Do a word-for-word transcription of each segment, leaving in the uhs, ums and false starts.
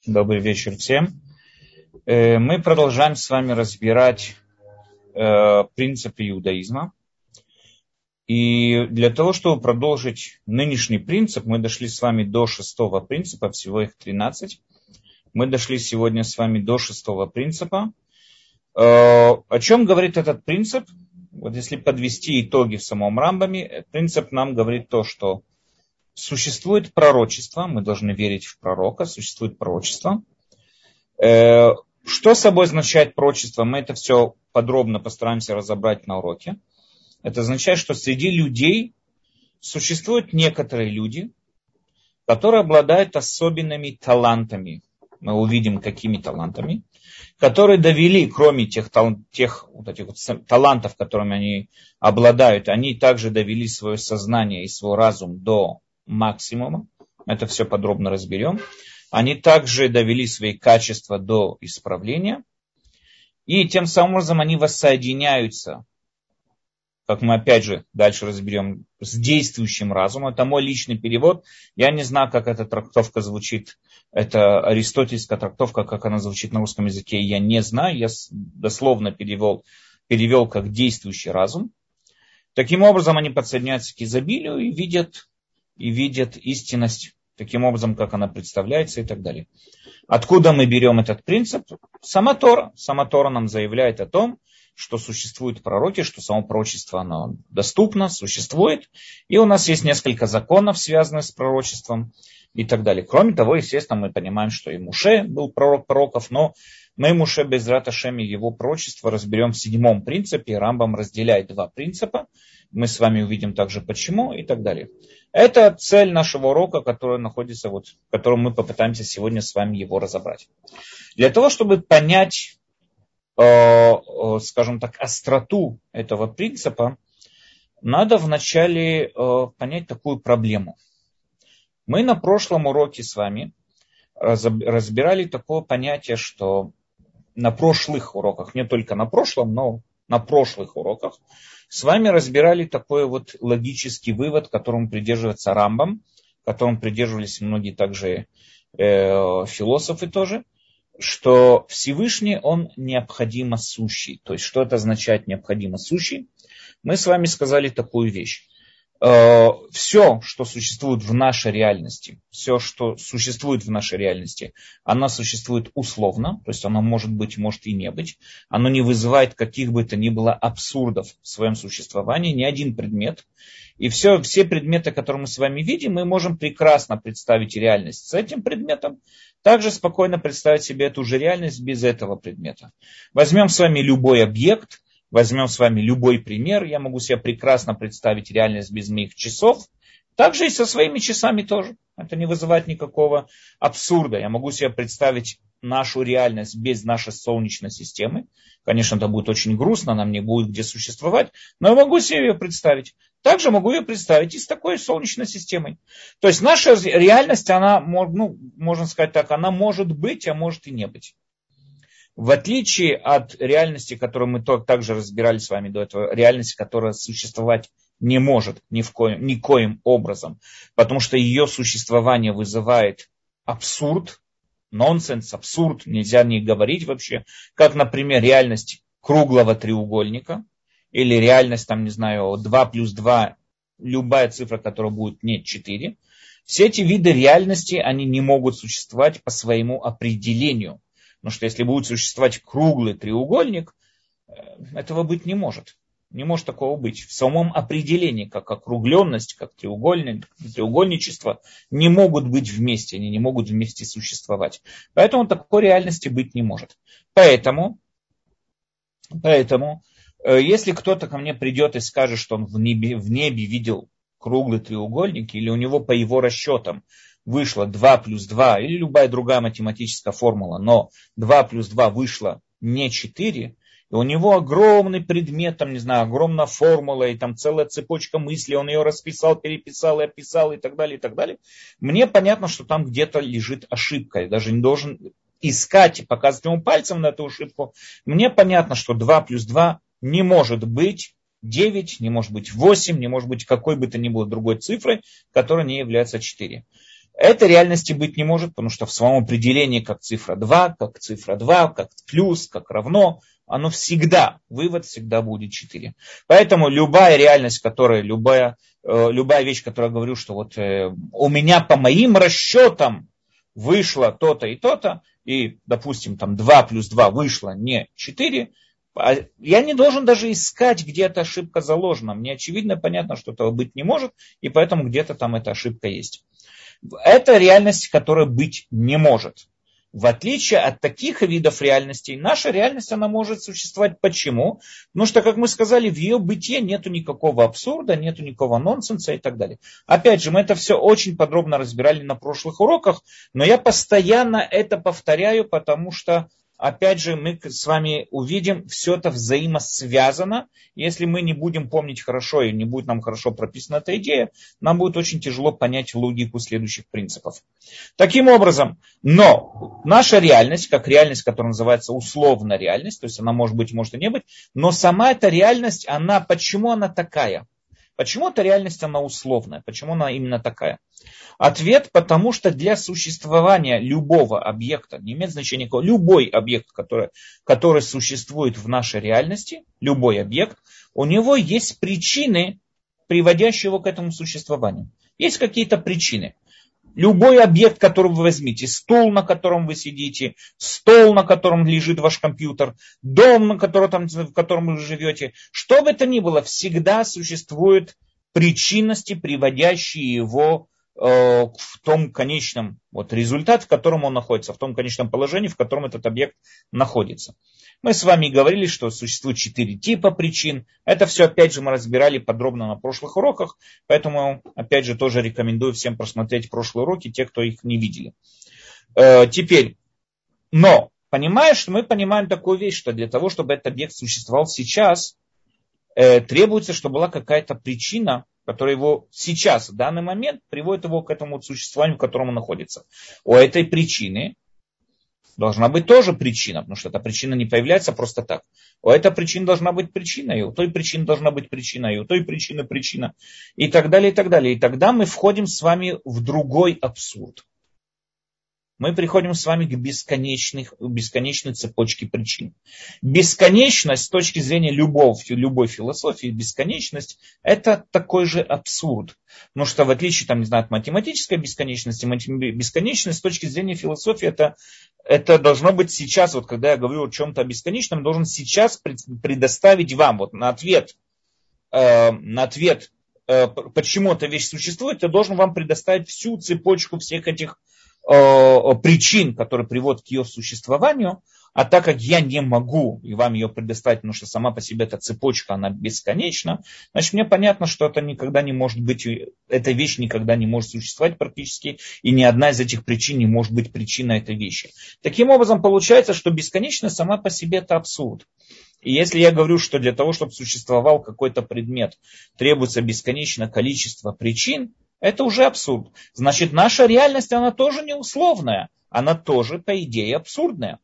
Добрый вечер всем. Мы продолжаем с вами разбирать принципы иудаизма. И для того, чтобы продолжить нынешний принцип, мы дошли с вами до шестого принципа, всего их тринадцать. Мы дошли сегодня с вами до шестого принципа. О чем говорит этот принцип? Вот если подвести итоги в самом Рамбаме, принцип нам говорит то, что существует пророчество, мы должны верить в пророка, существует пророчество. Что собой означает пророчество? Мы это все подробно постараемся разобрать на уроке. Это означает, что среди людей существуют некоторые люди, которые обладают особенными талантами. Мы увидим, какими талантами, которые довели, кроме тех, тех вот этих вот талантов, которыми они обладают, они также довели свое сознание и свой разум до максимума. Это все подробно разберем. Они также довели свои качества до исправления. И тем самым образом они воссоединяются, как мы опять же дальше разберем, с действующим разумом. Это мой личный перевод. Я не знаю, как эта трактовка звучит. Это аристотельская трактовка, как она звучит на русском языке, я не знаю. Я дословно перевел, перевел как действующий разум. Таким образом они подсоединяются к изобилию и видят, и видят истинность таким образом, как она представляется и так далее. Откуда мы берем этот принцип? Сама Тора. Сама Тора нам заявляет о том, что существуют пророки, что само пророчество оно доступно, существует. И у нас есть несколько законов, связанных с пророчеством и так далее. Кроме того, естественно, мы понимаем, что и Муше был пророк пророков, но мы Муше Безрат Ашем и его пророчество разберем в седьмом принципе. Рамбам разделяет два принципа. Мы с вами увидим также почему и так далее. Это цель нашего урока, которая находится, вот, в котором мы попытаемся сегодня с вами его разобрать. Для того, чтобы понять, э, э, скажем так, остроту этого принципа, надо вначале э, понять такую проблему. Мы на прошлом уроке с вами разбирали такое понятие, что на прошлых уроках, не только на прошлом, но на прошлых уроках, с вами разбирали такой вот логический вывод, которому придерживается Рамбам, которому придерживались многие также э, философы тоже, что Всевышний, он необходимо сущий. То есть, что это означает необходимо сущий? Мы с вами сказали такую вещь. Все, что существует в нашей реальности, все, что существует в нашей реальности, оно существует условно, то есть оно может быть, может и не быть. Оно не вызывает каких бы то ни было абсурдов в своем существовании, ни один предмет. И все, все предметы, которые мы с вами видим, мы можем прекрасно представить реальность с этим предметом, также спокойно представить себе эту же реальность без этого предмета. Возьмем с вами любой объект. Возьмем с вами любой пример. Я могу себе прекрасно представить реальность без моих часов. Также и со своими часами тоже. Это не вызывает никакого абсурда. Я могу себе представить нашу реальность без нашей Солнечной системы. Конечно, это будет очень грустно, нам не будет где существовать. Но я могу себе ее представить. Также могу ее представить и с такой Солнечной системой. То есть наша реальность, она, ну, можно сказать так, она может быть, а может и не быть. В отличие от реальности, которую мы также разбирали с вами до этого, реальности, которая существовать не может ни в коем, никоим образом, потому что ее существование вызывает абсурд, нонсенс, абсурд, нельзя не говорить вообще, как, например, реальность круглого треугольника, или реальность, там, не знаю, два плюс два, любая цифра, которая будет не четыре. Все эти виды реальности, они не могут существовать по своему определению. Потому что если будет существовать круглый треугольник, этого быть не может. Не может такого быть. В самом определении, как округленность, как треугольник, треугольничество, не могут быть вместе, они не могут вместе существовать. Поэтому такой реальности быть не может. Поэтому, поэтому если кто-то ко мне придет и скажет, что он в небе, в небе видел круглый треугольник, или у него по его расчетам вышло два плюс два, или любая другая математическая формула, но два плюс два вышло не четыре, и у него огромный предмет, там, не знаю, огромная формула, и там целая цепочка мыслей, он ее расписал, переписал и описал, и так далее, и так далее. Мне понятно, что там где-то лежит ошибка, я даже не должен искать и показывать ему пальцем на эту ошибку. Мне понятно, что два плюс два не может быть девять, не может быть восемь, не может быть какой бы то ни было другой цифрой, которая не является четыре. Этой реальности быть не может, потому что в своем определении как цифра два, как цифра два, как плюс, как равно, оно всегда, вывод всегда будет четыре. Поэтому любая реальность, которая, любая, э, любая вещь, которая говорю, что вот э, у меня по моим расчетам вышло то-то и то-то, и, допустим, там два плюс два вышло не четыре, я не должен даже искать, где эта ошибка заложена. Мне очевидно понятно, что этого быть не может, и поэтому где-то там эта ошибка есть. Это реальность, которая быть не может. В отличие от таких видов реальностей, наша реальность, она может существовать. Почему? Потому что, как мы сказали, в ее бытие нету никакого абсурда, нету никакого нонсенса и так далее. Опять же, мы это все очень подробно разбирали на прошлых уроках, но я постоянно это повторяю, потому что, опять же, мы с вами увидим, все это взаимосвязано. Если мы не будем помнить хорошо и не будет нам хорошо прописана эта идея, нам будет очень тяжело понять логику следующих принципов. Таким образом, но наша реальность, как реальность, которая называется условная реальность, то есть она может быть, может и не быть, но сама эта реальность, она, почему она такая? Почему эта реальность, она условная? Почему она именно такая? Ответ, потому что для существования любого объекта, не имеет значения какого, любой объект, который, который существует в нашей реальности, любой объект, у него есть причины, приводящие его к этому существованию. Есть какие-то причины. Любой объект, который вы возьмите, стул, на котором вы сидите, стол, на котором лежит ваш компьютер, дом, на котором, там, в котором вы живете, что бы это ни было, всегда существуют причинности, приводящие его э, в том конечном вот, результате, в котором он находится, в том конечном положении, в котором этот объект находится. Мы с вами говорили, что существует четыре типа причин. Это все, опять же, мы разбирали подробно на прошлых уроках. Поэтому, опять же, тоже рекомендую всем просмотреть прошлые уроки, те, кто их не видели. Э, теперь, но, понимаешь, мы понимаем такую вещь, что для того, чтобы этот объект существовал сейчас, э, требуется, чтобы была какая-то причина, которая его сейчас, в данный момент, приводит его к этому существованию, в котором он находится. У этой причины должна быть тоже причина, потому что эта причина не появляется просто так. У этой причины должна быть причина, и у той причины должна быть причина, и у той причины причина, и так далее, и так далее. И тогда мы входим с вами в другой абсурд. Мы приходим с вами к бесконечной, бесконечной цепочке причин. Бесконечность с точки зрения любой, любой философии, бесконечность – это такой же абсурд. Потому что в отличие там, не знаю, от математической бесконечности, бесконечность с точки зрения философии это, это должно быть сейчас, вот когда я говорю о чем-то бесконечном, должен сейчас предоставить вам вот, на ответ, э, на ответ э, почему эта вещь существует, я должен вам предоставить всю цепочку всех этих причин, которые приводят к ее существованию, а так как я не могу и вам ее предоставить, потому что сама по себе эта цепочка, она бесконечна, значит мне понятно, что это никогда не может быть, эта вещь никогда не может существовать практически, и ни одна из этих причин не может быть причиной этой вещи. Таким образом, получается, что бесконечность сама по себе это абсурд. И если я говорю, что для того, чтобы существовал какой-то предмет, требуется бесконечное количество причин, это уже абсурд. Значит, наша реальность, она тоже не условная. Она тоже, по идее, абсурдная.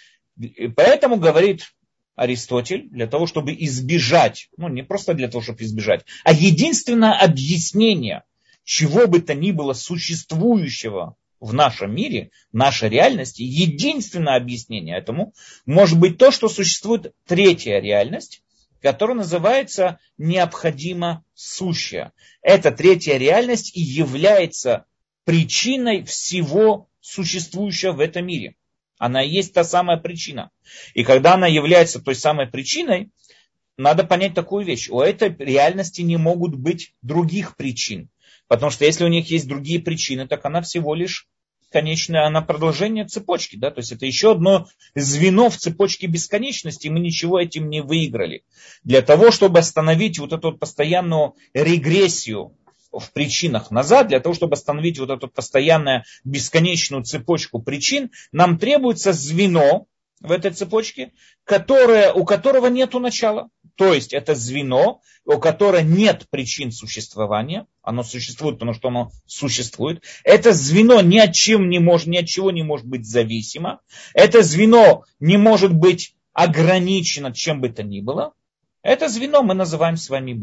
И поэтому, говорит Аристотель, для того, чтобы избежать, ну не просто для того, чтобы избежать, а единственное объяснение чего бы то ни было существующего в нашем мире, в нашей реальности, единственное объяснение этому может быть то, что существует третья реальность, которая называется необходимо сущая. Эта третья реальность и является причиной всего существующего в этом мире. Она и есть та самая причина. И когда она является той самой причиной, надо понять такую вещь. У этой реальности не могут быть других причин. Потому что если у них есть другие причины, так она всего лишь конечное, она продолжение цепочки, да, то есть это еще одно звено в цепочке бесконечности, и мы ничего этим не выиграли. Для того, чтобы остановить вот эту вот постоянную регрессию в причинах назад, для того, чтобы остановить вот эту постоянную бесконечную цепочку причин, нам требуется звено в этой цепочке, которое, у которого нету начала. То есть это звено, у которого нет причин существования, оно существует, потому что оно существует. Это звено ни от чем не может, ни от чего не может быть зависимо. Это звено не может быть ограничено чем бы то ни было. Это звено мы называем с вами Бог.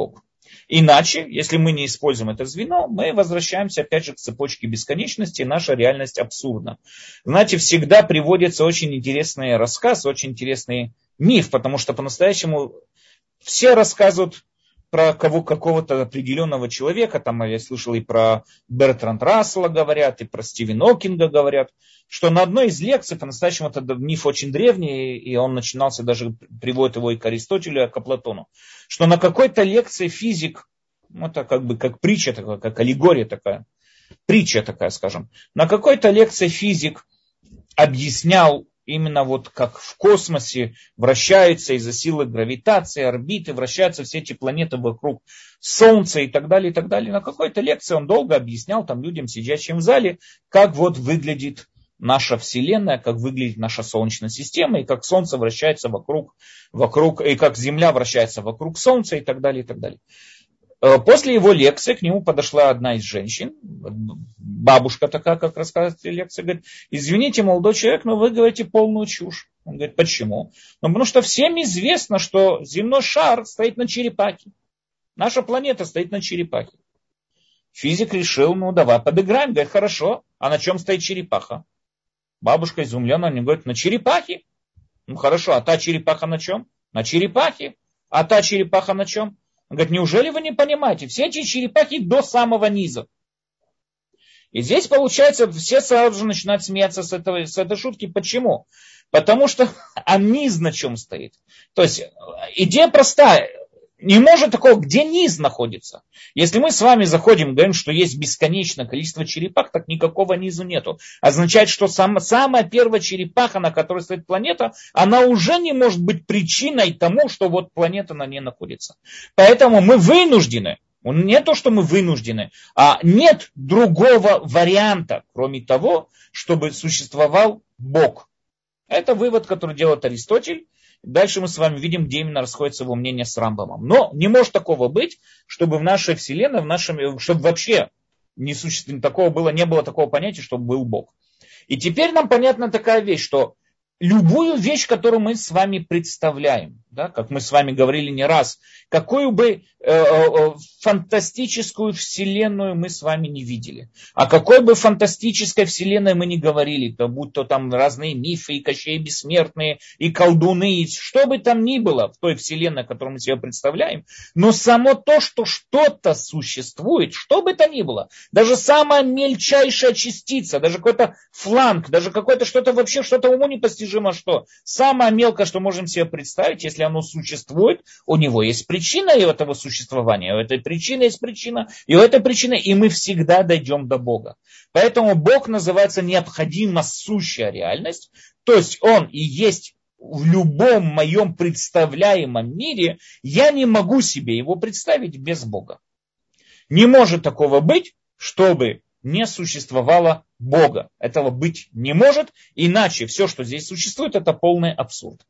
Иначе, если мы не используем это звено, мы возвращаемся опять же к цепочке бесконечности, и наша реальность абсурдна. Знаете, всегда приводится очень интересный рассказ, очень интересный миф, потому что по-настоящему все рассказывают про кого, какого-то определенного человека, там я слышал и про Бертранда Рассела говорят, и про Стивена Хокинга говорят, что на одной из лекций, по-настоящему это миф очень древний, и он начинался, даже приводит его и к Аристотелю, и к Платону, что на какой-то лекции физик, ну, это как бы как притча такая, как аллегория такая, притча такая, скажем, на какой-то лекции физик объяснял именно вот как в космосе вращаются из-за силы гравитации, орбиты, вращаются все эти планеты вокруг Солнца и так далее, и так далее. На какой-то лекции он долго объяснял там людям, сидящим в зале, как вот выглядит наша Вселенная, как выглядит наша Солнечная система, и как Солнце вращается вокруг, вокруг, и как Земля вращается вокруг Солнца, и так далее, и так далее. После его лекции к нему подошла одна из женщин, бабушка такая, как рассказывает лекция, говорит: извините, молодой человек, но вы говорите полную чушь. Он говорит: почему? Ну, потому что всем известно, что земной шар стоит на черепахе. Наша планета стоит на черепахе. Физик решил: ну давай подыграем. Говорит: хорошо, а на чем стоит черепаха? Бабушка изумленно мне говорит: на черепахе. Ну хорошо, а та черепаха на чем? На черепахе. А та черепаха на чем? Он говорит: неужели вы не понимаете? Все эти черепахи до самого низа. И здесь, получается, все сразу же начинают смеяться с, этого, с этой шутки. Почему? Потому что а низ на чем стоит? То есть идея простая. Не может такого, где низ находится. Если мы с вами заходим и говорим, что есть бесконечное количество черепах, так никакого низу нету. Означает, что сам, самая первая черепаха, на которой стоит планета, она уже не может быть причиной тому, что вот планета на ней находится. Поэтому мы вынуждены, не то, что мы вынуждены, а нет другого варианта, кроме того, чтобы существовал Бог. Это вывод, который делает Аристотель. Дальше мы с вами видим, где именно расходится его мнение с Рамбамом. Но не может такого быть, чтобы в нашей вселенной, в нашем, чтобы вообще не существовало, такого было, не было такого понятия, чтобы был Бог. И теперь нам понятна такая вещь, что любую вещь, которую мы с вами представляем, да, как мы с вами говорили не раз, какую бы э, э, фантастическую вселенную мы с вами не видели, о какой бы фантастической вселенной мы не говорили, то будь то там разные мифы, и Кощей бессмертные, и колдуны, и что бы там ни было в той вселенной, которую мы себе представляем, но само то, что что-то существует, что бы то ни было, даже самая мельчайшая частица, даже какой-то фланг, даже какое-то что-то вообще, что-то уму непостижимо, что самое мелкое, что можем себе представить, если оно существует, у него есть причина этого существования, у этой причины есть причина, и у этой причины, и мы всегда дойдем до Бога. Поэтому Бог называется необходимо сущая реальность, то есть Он и есть в любом моем представляемом мире, я не могу себе его представить без Бога. Не может такого быть, чтобы не существовало Бога. Этого быть не может, иначе все, что здесь существует, это полный абсурд.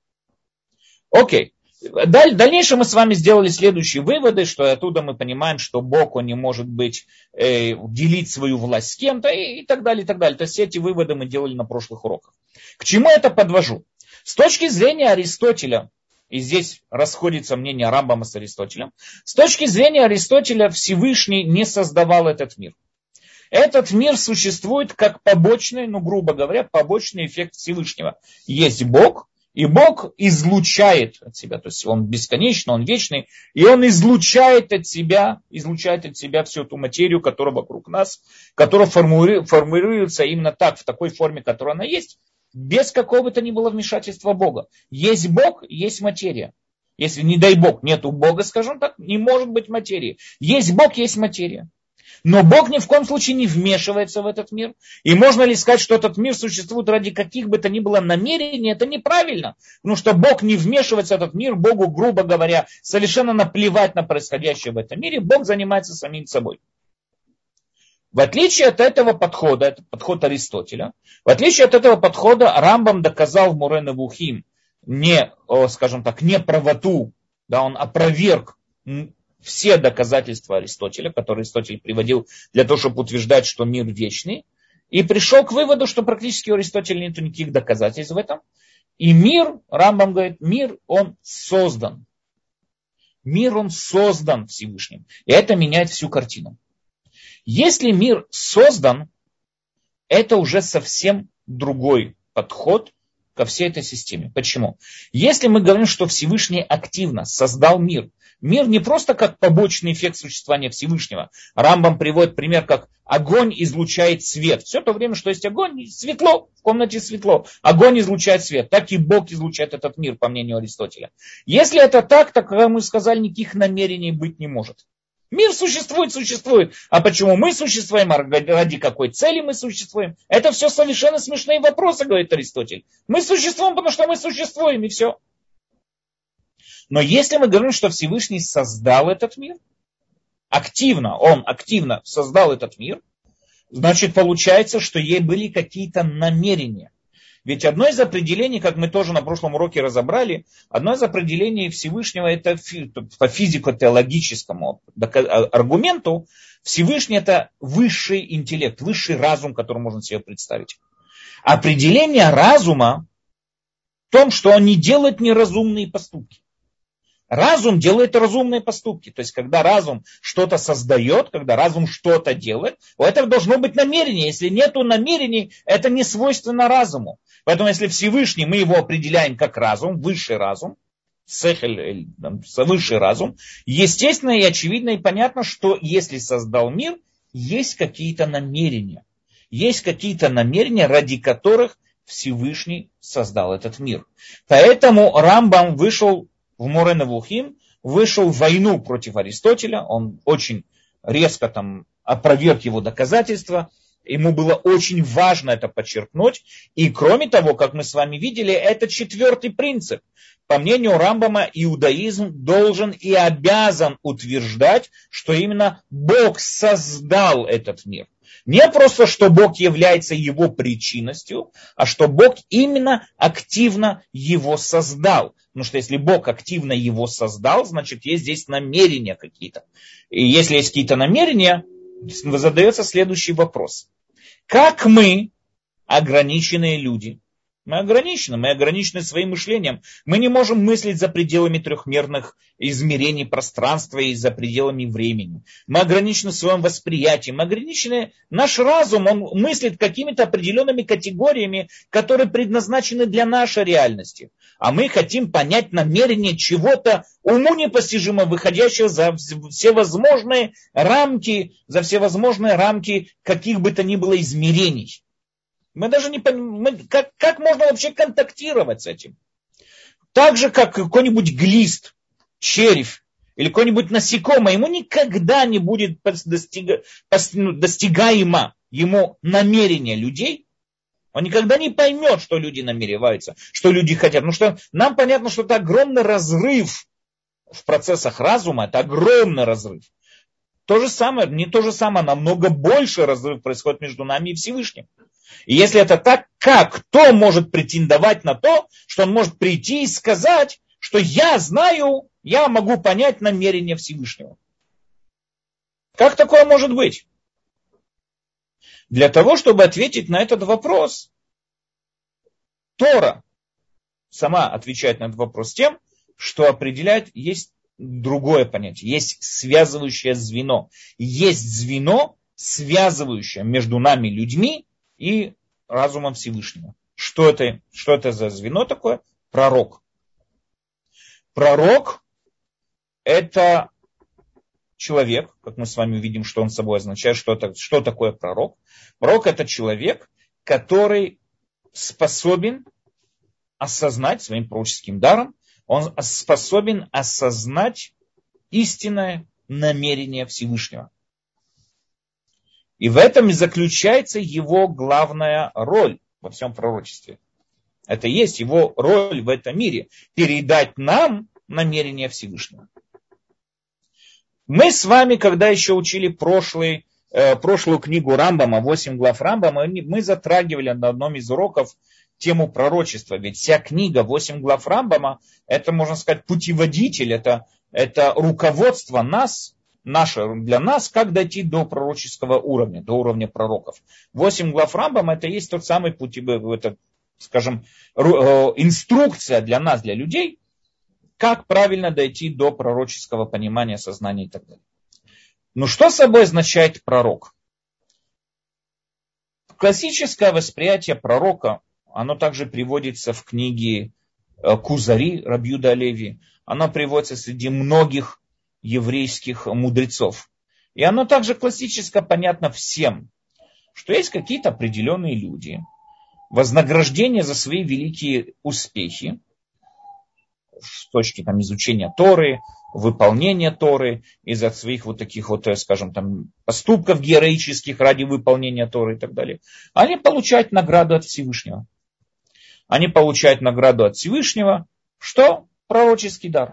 Окей. В дальнейшем мы с вами сделали следующие выводы, что оттуда мы понимаем, что Бог, он не может быть, э, делить свою власть с кем-то и, и так далее, и так далее. То есть все эти выводы мы делали на прошлых уроках. К чему это подвожу? С точки зрения Аристотеля, и здесь расходится мнение Рамбама с Аристотелем, с точки зрения Аристотеля Всевышний не создавал этот мир. Этот мир существует как побочный, ну грубо говоря, побочный эффект Всевышнего. Есть Бог, и Бог излучает от себя, то есть Он бесконечный, Он вечный, и Он излучает от себя, излучает от себя всю эту материю, которая вокруг нас, которая формируется именно так, в такой форме, которая она есть, без какого бы то ни было вмешательства Бога. Есть Бог, есть материя. Если, не дай Бог, нету Бога, скажем так, не может быть материи. Есть Бог, есть материя. Но Бог ни в коем случае не вмешивается в этот мир. И можно ли сказать, что этот мир существует ради каких бы то ни было намерений? Это неправильно. Потому что Бог не вмешивается в этот мир. Богу, грубо говоря, совершенно наплевать на происходящее в этом мире. Бог занимается самим собой. В отличие от этого подхода, это подход Аристотеля, в отличие от этого подхода Рамбам доказал в Море Невухим не, скажем так, не правоту, да, он опроверг все доказательства Аристотеля, которые Аристотель приводил для того, чтобы утверждать, что мир вечный, и пришел к выводу, что практически у Аристотеля нет никаких доказательств в этом. И мир, Рамбам говорит, мир, он создан. Мир, он создан Всевышним. И это меняет всю картину. Если мир создан, это уже совсем другой подход ко всей этой системе. Почему? Если мы говорим, что Всевышний активно создал мир, мир не просто как побочный эффект существования Всевышнего. Рамбам приводит пример, как огонь излучает свет. Все то время, что есть огонь, светло, в комнате светло. Огонь излучает свет. Так и Бог излучает этот мир, по мнению Аристотеля. Если это так, то, как мы сказали, никаких намерений быть не может. Мир существует, существует. А почему мы существуем, ради какой цели мы существуем? Это все совершенно смешные вопросы, говорит Аристотель. Мы существуем, потому что мы существуем, и все. Но если мы говорим, что Всевышний создал этот мир, активно, он активно создал этот мир, значит, получается, что ей были какие-то намерения. Ведь одно из определений, как мы тоже на прошлом уроке разобрали, одно из определений Всевышнего, это по физико-теологическому аргументу, Всевышний это высший интеллект, высший разум, который можно себе представить. Определение разума в том, что он не делает неразумные поступки. Разум делает разумные поступки. То есть, когда разум что-то создает, когда разум что-то делает, у этого должно быть намерение. Если нет намерений, это не свойственно разуму. Поэтому, если Всевышний, мы его определяем как разум, высший разум, сехель, высший разум, естественно и очевидно и понятно, что если создал мир, есть какие-то намерения. Есть какие-то намерения, ради которых Всевышний создал этот мир. Поэтому Рамбам вышел в Море Невухим, вышел в войну против Аристотеля, он очень резко там опроверг его доказательства, ему было очень важно это подчеркнуть, и кроме того, как мы с вами видели, это четвертый принцип. По мнению Рамбама, иудаизм должен и обязан утверждать, что именно Бог создал этот мир. Не просто, что Бог является его причинностью, а что Бог именно активно его создал. Потому что если Бог активно его создал, значит есть здесь намерения какие-то. И если есть какие-то намерения, задается следующий вопрос. Как мы, ограниченные люди, мы ограничены, мы ограничены своим мышлением. Мы не можем мыслить за пределами трехмерных измерений пространства и за пределами времени. Мы ограничены в своем восприятии. Мы ограничены, наш разум, он мыслит какими-то определенными категориями, которые предназначены для нашей реальности. А мы хотим понять намерение чего-то уму непостижимо, выходящего за всевозможные рамки, за всевозможные рамки каких бы то ни было измерений. Мы даже не понимаем, как, как можно вообще контактировать с этим. Так же, как какой-нибудь глист, червь или какой-нибудь насекомое, ему никогда не будет достига, достигаемо ему намерение людей. Он никогда не поймет, что люди намереваются, что люди хотят. Потому что нам понятно, что это огромный разрыв в процессах разума, это огромный разрыв. То же самое, не то же самое, намного больше разрыв происходит между нами и Всевышним. И если это так, как? Кто может претендовать на то, что он может прийти и сказать, что я знаю, я могу понять намерение Всевышнего? Как такое может быть? Для того, чтобы ответить на этот вопрос, Тора сама отвечает на этот вопрос тем, что определяет, есть другое понятие, есть связывающее звено. Есть звено, связывающее между нами, людьми, и разумом Всевышнего. Что это, что это за звено такое? Пророк. Пророк – это человек, как мы с вами увидим, что он собой означает, что, это, что такое пророк. Пророк – это человек, который способен осознать своим пророческим даром, он способен осознать истинное намерение Всевышнего. И в этом и заключается его главная роль во всем пророчестве. Это и есть его роль в этом мире. Передать нам намерение Всевышнего. Мы с вами, когда еще учили прошлый, э, прошлую книгу Рамбама, восемь глав Рамбама, мы затрагивали на одном из уроков тему пророчества. Ведь вся книга восемь глав Рамбама, это, можно сказать, путеводитель, это, это руководство нас, наше, для нас, как дойти до пророческого уровня, до уровня пророков. Восемь глав Рамбама, это есть тот самый путь, это, скажем, инструкция для нас, для людей, как правильно дойти до пророческого понимания, сознания и так далее. Но что собой означает пророк? Классическое восприятие пророка, оно также приводится в книге Кузари Раби Юда Алеви, оно приводится среди многих еврейских мудрецов. И оно также классически понятно всем, что есть какие-то определенные люди, вознаграждение за свои великие успехи, с точки там, изучения Торы, выполнения Торы, из-за своих вот таких вот, скажем, там, поступков героических ради выполнения Торы и так далее, они получают награду от Всевышнего. Они получают награду от Всевышнего, что? Пророческий дар.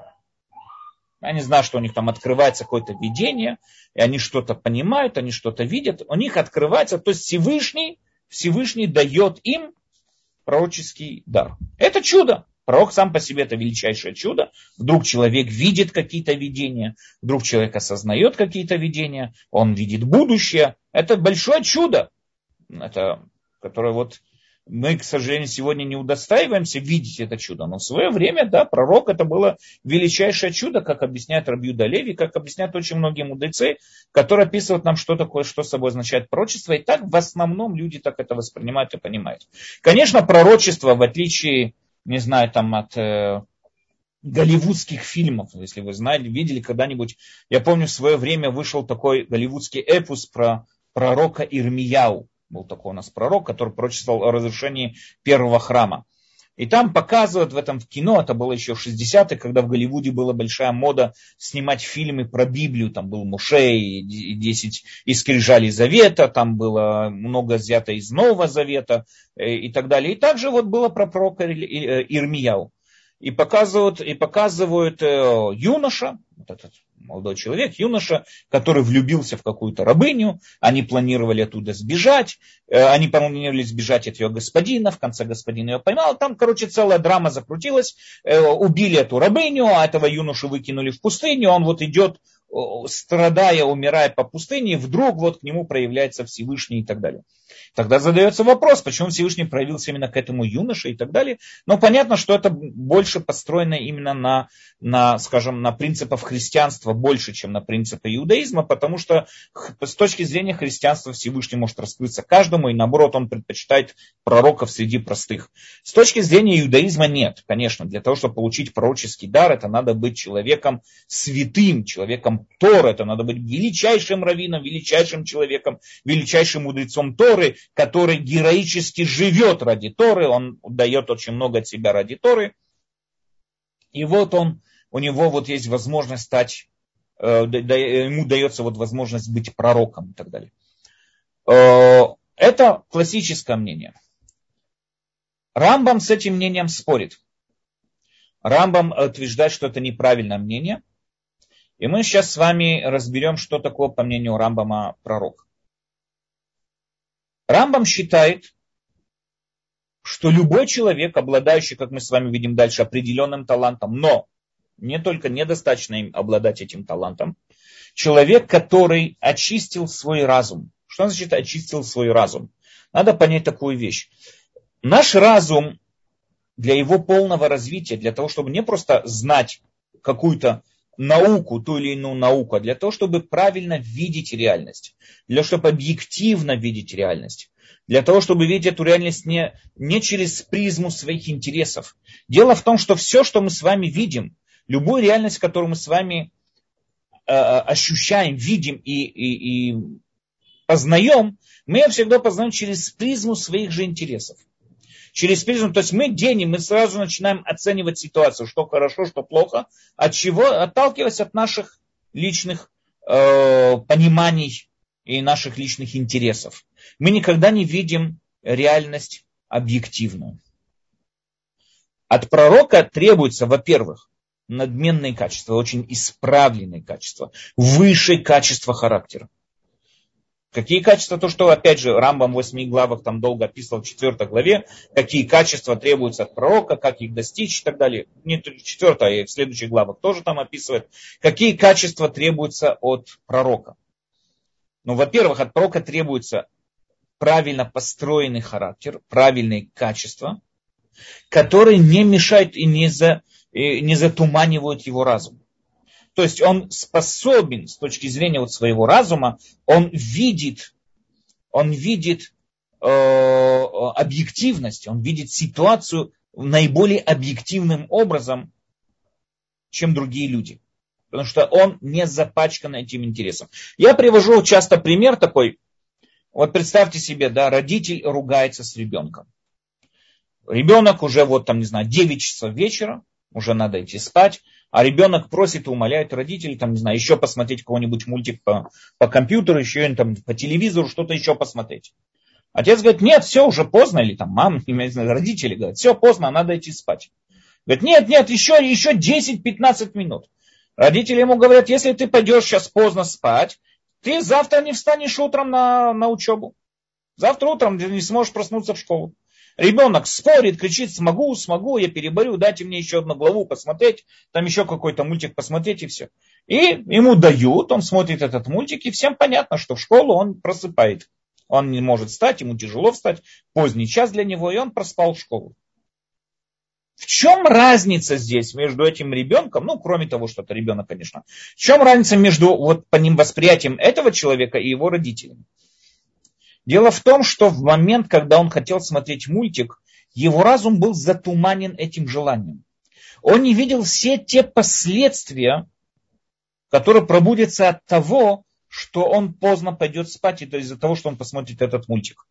Они знают, что у них там открывается какое-то видение, и они что-то понимают, они что-то видят, у них открывается, то есть Всевышний, Всевышний дает им пророческий дар. Это чудо. Пророк сам по себе это величайшее чудо. Вдруг человек видит какие-то видения, вдруг человек осознает какие-то видения, он видит будущее. Это большое чудо, это, которое вот мы, к сожалению, сегодня не удостаиваемся видеть это чудо. Но в свое время, да, пророк это было величайшее чудо, как объясняет Раби Юда Алеви, как объясняют очень многие мудрецы, которые описывают нам, что такое, что собой означает пророчество. И так в основном люди так это воспринимают и понимают. Конечно, пророчество, в отличие, не знаю, там от э, голливудских фильмов, если вы знаете, видели когда-нибудь, я помню, в свое время вышел такой голливудский эпос про пророка Ирмияу. Был такой у нас пророк, который пророчествовал о разрушении первого храма. И там показывают в этом в кино, это было еще в шестидесятых, когда в Голливуде была большая мода снимать фильмы про Библию. Там был Моше и десять из скрижалей Завета, там было много взято из Нового Завета и так далее. И также вот было про пророка Ирмияу. И показывают, и показывают юноша, вот этот молодой человек, юноша, который влюбился в какую-то рабыню, они планировали оттуда сбежать, они планировали сбежать от ее господина, в конце господин ее поймал, там, короче, целая драма закрутилась, убили эту рабыню, а этого юношу выкинули в пустыню, он вот идет, страдая, умирая по пустыне, и вдруг вот к нему проявляется Всевышний и так далее. Тогда задается вопрос, почему Всевышний проявился именно к этому юноше и так далее. Но понятно, что это больше построено именно на, на, скажем, на принципах христианства больше, чем на принципы иудаизма, потому что с точки зрения христианства Всевышний может раскрыться каждому, и наоборот он предпочитает пророков среди простых. С точки зрения иудаизма нет. Конечно, для того, чтобы получить пророческий дар, это надо быть человеком святым, человеком Торы, это надо быть величайшим раввином, величайшим человеком, величайшим мудрецом Торы, который героически живет ради Торы, он дает очень много от себя ради Торы. И вот он, у него вот есть возможность стать, э, ему дается вот возможность быть пророком и так далее. Э, это классическое мнение. Рамбам с этим мнением спорит. Рамбам утверждает, что это неправильное мнение. И мы сейчас с вами разберем, что такое, по мнению Рамбама, пророк. Рамбам считает, что любой человек, обладающий, как мы с вами видим дальше, определенным талантом, но не только недостаточно им обладать этим талантом, человек, который очистил свой разум. Что значит очистил свой разум? Надо понять такую вещь. Наш разум для его полного развития, для того, чтобы не просто знать какую-то науку, ту или иную науку, а для того, чтобы правильно видеть реальность, для того, чтобы объективно видеть реальность, для того, чтобы видеть эту реальность не, не через призму своих интересов. Дело в том, что все, что мы с вами видим, любую реальность, которую мы с вами э, ощущаем, видим и, и, и познаем, мы ее всегда познаем через призму своих же интересов. Через призму, то есть мы денем, мы сразу начинаем оценивать ситуацию, что хорошо, что плохо, от чего, отталкиваясь от наших личных э, пониманий и наших личных интересов. Мы никогда не видим реальность объективную. От пророка требуется, во-первых, надменные качества, очень исправленные качества, высшее качество характера. Какие качества? То, что, опять же, Рамбам в восьми главах там долго описывал в четвертой главе, какие качества требуются от пророка, как их достичь и так далее. Не четвертая, а и в следующих главах тоже там описывает, какие качества требуются от пророка. Ну, во-первых, от пророка требуется правильно построенный характер, правильные качества, которые не мешают и не, за, и не затуманивают его разум. То есть он способен с точки зрения вот своего разума, он видит, он видит э, объективность, он видит ситуацию наиболее объективным образом, чем другие люди. Потому что он не запачкан этим интересом. Я привожу часто пример такой. Вот представьте себе, да, родитель ругается с ребенком. Ребенок уже вот там, не знаю, девять часов вечера, уже надо идти спать, а ребенок просит и умоляет родителей, там, не знаю, еще посмотреть какой-нибудь мультик по, по компьютеру, еще там, по телевизору, что-то еще посмотреть. Отец говорит, нет, все, уже поздно, или там мама, не знаю, родители говорят, все, поздно, надо идти спать. Говорит, нет, нет, еще, еще десять-пятнадцать минут. Родители ему говорят, если ты пойдешь сейчас поздно спать, ты завтра не встанешь утром на, на учебу. Завтра утром ты не сможешь проснуться в школу. Ребенок спорит, кричит, смогу, смогу, я переборю, дайте мне еще одну главу посмотреть, там еще какой-то мультик посмотреть и все. И ему дают, он смотрит этот мультик, и всем понятно, что в школу он просыпает. Он не может встать, ему тяжело встать, поздний час для него, и он проспал в школу. В чем разница здесь между этим ребенком, ну, кроме того, что это ребенок, конечно, в чем разница между вот, по ним восприятием этого человека и его родителями? Дело в том, что в момент, когда он хотел смотреть мультик, его разум был затуманен этим желанием. Он не видел все те последствия, которые пробудятся от того, что он поздно пойдет спать, и то из-за того, что он посмотрит этот мультик.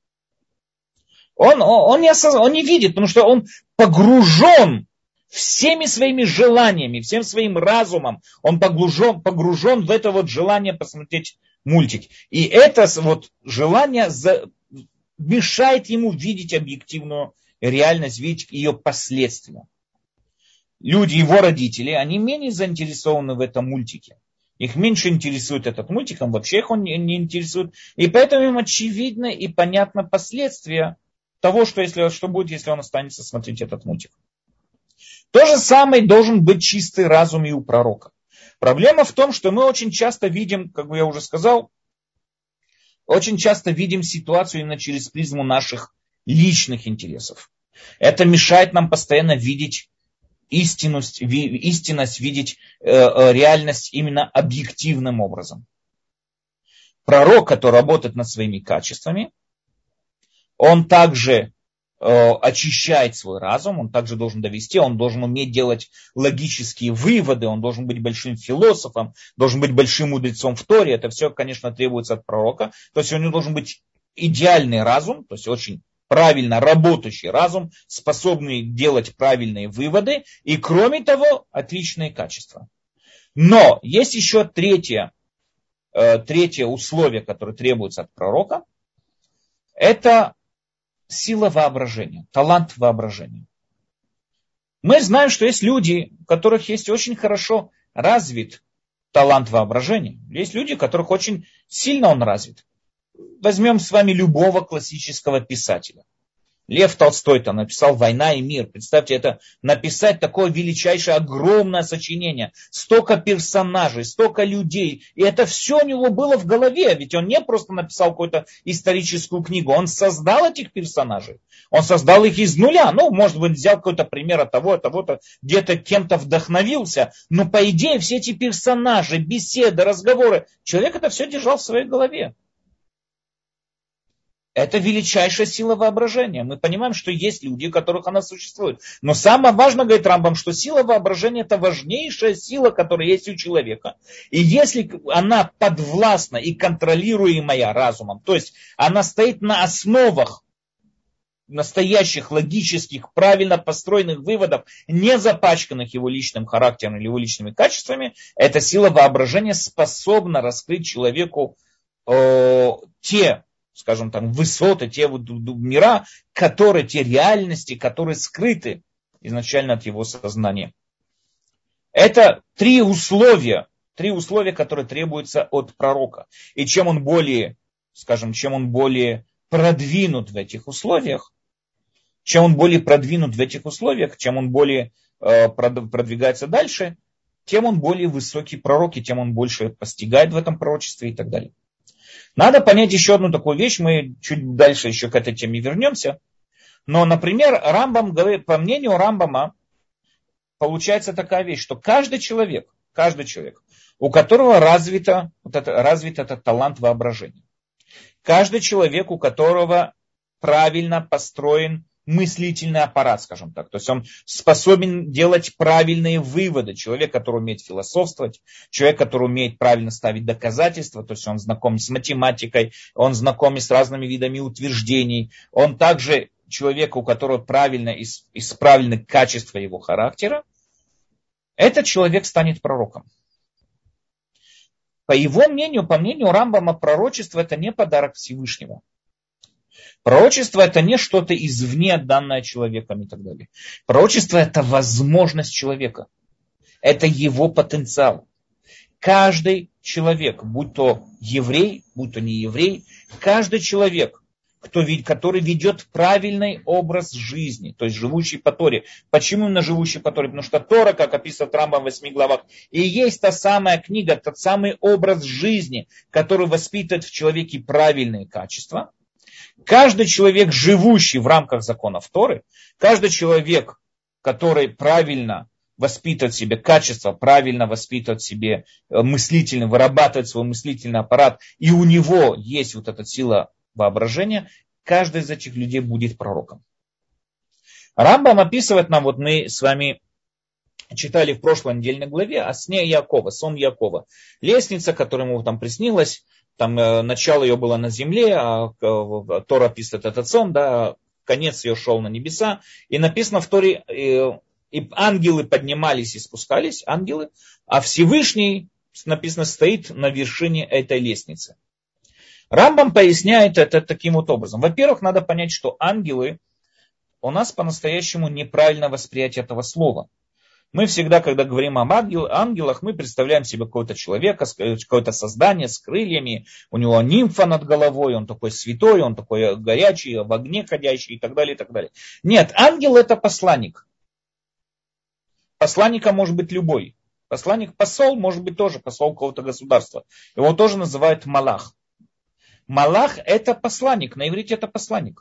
Он, он, не осоз... он не видит, потому что он погружен всеми своими желаниями, всем своим разумом. Он погружен, погружен в это вот желание посмотреть мультик. И это вот желание за... мешает ему видеть объективную реальность, видеть ее последствия. Люди, его родители, они менее заинтересованы в этом мультике. Их меньше интересует этот мультик, он вообще их он не, не интересует. И поэтому им очевидно и понятно последствия того, что, если, что будет, если он останется смотреть этот мультик. То же самое должен быть чистый разум и у пророка. Проблема в том, что мы очень часто видим, как бы я уже сказал, очень часто видим ситуацию именно через призму наших личных интересов. Это мешает нам постоянно видеть истинность, истинность видеть э, реальность именно объективным образом. Пророк, который работает над своими качествами, он также э, очищает свой разум, он также должен довести, он должен уметь делать логические выводы, он должен быть большим философом, должен быть большим мудрецом в Торе. Это все, конечно, требуется от пророка. То есть у него должен быть идеальный разум, то есть очень правильно работающий разум, способный делать правильные выводы и, кроме того, отличные качества. Но есть еще третье, э, третье условие, которое требуется от пророка. Это сила воображения, талант воображения. Мы знаем, что есть люди, у которых есть очень хорошо развит талант воображения. Есть люди, у которых очень сильно он развит. Возьмем с вами любого классического писателя. Лев Толстой там написал «Война и мир». Представьте, это написать такое величайшее, огромное сочинение. Столько персонажей, столько людей. И это все у него было в голове. Ведь он не просто написал какую-то историческую книгу. Он создал этих персонажей. Он создал их из нуля. Ну, может быть, взял какой-то пример от того, от того-то, где-то кем-то вдохновился. Но, по идее, все эти персонажи, беседы, разговоры, человек это все держал в своей голове. Это величайшая сила воображения. Мы понимаем, что есть люди, у которых она существует. Но самое важное, говорит Рамбам, что сила воображения это важнейшая сила, которая есть у человека. И если она подвластна и контролируемая разумом, то есть она стоит на основах настоящих, логических, правильно построенных выводов, не запачканных его личным характером или его личными качествами, эта сила воображения способна раскрыть человеку э, те, скажем так, высоты, те мира, которые, те реальности, которые скрыты изначально от его сознания. Это три условия, три условия, которые требуются от пророка. И чем он более, скажем, чем он более продвинут в этих условиях, чем он более продвинут в этих условиях, чем он более э, продвигается дальше, тем он более высокий пророк, и тем он больше постигает в этом пророчестве и так далее. Надо понять еще одну такую вещь, мы чуть дальше еще к этой теме вернемся. Но, например, Рамбам говорит, по мнению Рамбама, получается такая вещь, что каждый человек, каждый человек, у которого развито, вот это, развит этот талант воображения, каждый человек, у которого правильно построен мыслительный аппарат, скажем так. То есть он способен делать правильные выводы. Человек, который умеет философствовать, человек, который умеет правильно ставить доказательства, то есть он знаком с математикой, он знаком с разными видами утверждений. Он также человек, у которого правильно исправлены качества его характера. Этот человек станет пророком. По его мнению, по мнению Рамбама, пророчество это не подарок Всевышнего. Пророчество это не что-то извне, данное человеком и так далее. Пророчество это возможность человека. Это его потенциал. Каждый человек, будь то еврей, будь то не еврей, каждый человек, кто, который ведет правильный образ жизни, то есть живущий по Торе. Почему именно живущий по Торе? Потому что Тора, как описывает Рамбам в восьми главах, и есть та самая книга, тот самый образ жизни, который воспитывает в человеке правильные качества. Каждый человек, живущий в рамках законов Торы, каждый человек, который правильно воспитывает в себе качество, правильно воспитывает в себе мыслительный, вырабатывает свой мыслительный аппарат, и у него есть вот эта сила воображения, каждый из этих людей будет пророком. Рамбам описывает нам, вот мы с вами читали в прошлой недельной главе о сне Якова, сон Якова. Лестница, которая ему там приснилась, там э, начало ее было на земле, а э, Тора описывает этот сон, да, конец ее шел на небеса. И написано в Торе, э, и ангелы поднимались и спускались, ангелы, а Всевышний, написано, стоит на вершине этой лестницы. Рамбам поясняет это таким вот образом. Во-первых, надо понять, что ангелы, у нас по-настоящему неправильно восприятие этого слова. Мы всегда, когда говорим об ангелах, мы представляем себе какого-то человека, какое-то создание с крыльями, у него нимфа над головой, он такой святой, он такой горячий, в огне ходящий и так далее, и так далее. Нет, ангел это посланник. Посланника может быть любой. Посланник, посол может быть тоже посол какого-то государства. Его тоже называют малах. Малах это посланник, на иврите это посланник.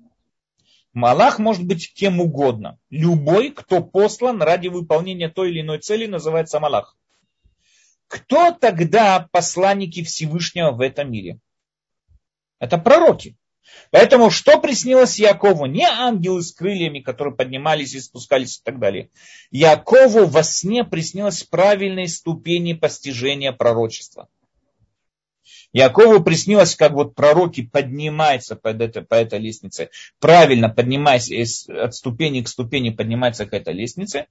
Малах может быть кем угодно. Любой, кто послан ради выполнения той или иной цели, называется малах. Кто тогда посланники Всевышнего в этом мире? Это пророки. Поэтому что приснилось Якову? Не ангелы с крыльями, которые поднимались и спускались и так далее. Якову во сне приснилось правильные ступени постижения пророчества. Якову приснилось, как вот пророки поднимаются по этой, по этой лестнице, правильно поднимаясь от ступени к ступени, поднимается к этой лестнице,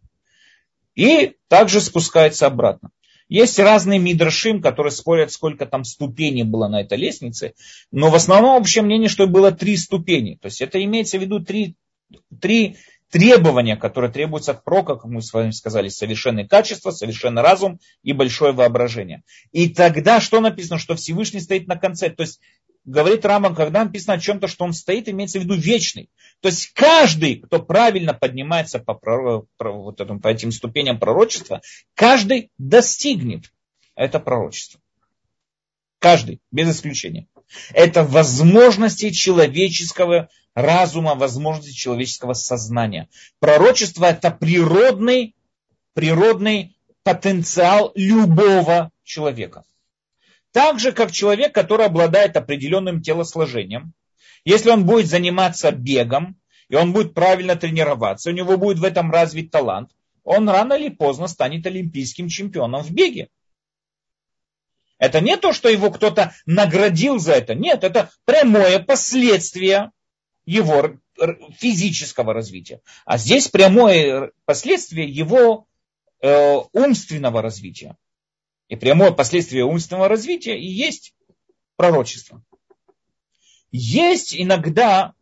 и также спускается обратно. Есть разные мидрашим, которые спорят, сколько там ступеней было на этой лестнице, но в основном общее мнение, что было три ступени. То есть это имеется в виду три, три требования, которые требуются от пророка, как мы с вами сказали, совершенное качество, совершенный разум и большое воображение. И тогда что написано? Что Всевышний стоит на конце. То есть говорит Рамбам, когда написано о чем-то, что он стоит, имеется в виду вечный. То есть каждый, кто правильно поднимается по, по, вот этому, по этим ступеням пророчества, каждый достигнет это пророчество. Каждый, без исключения. Это возможности человеческого разума, возможности человеческого сознания. Пророчество это природный, природный потенциал любого человека. Так же, как человек, который обладает определенным телосложением, если он будет заниматься бегом, и он будет правильно тренироваться, у него будет в этом развит талант, он рано или поздно станет олимпийским чемпионом в беге. Это не то, что его кто-то наградил за это. Нет, это прямое последствие его физического развития. А здесь прямое последствие его э, умственного развития. И прямое последствие умственного развития и есть пророчество. Есть иногда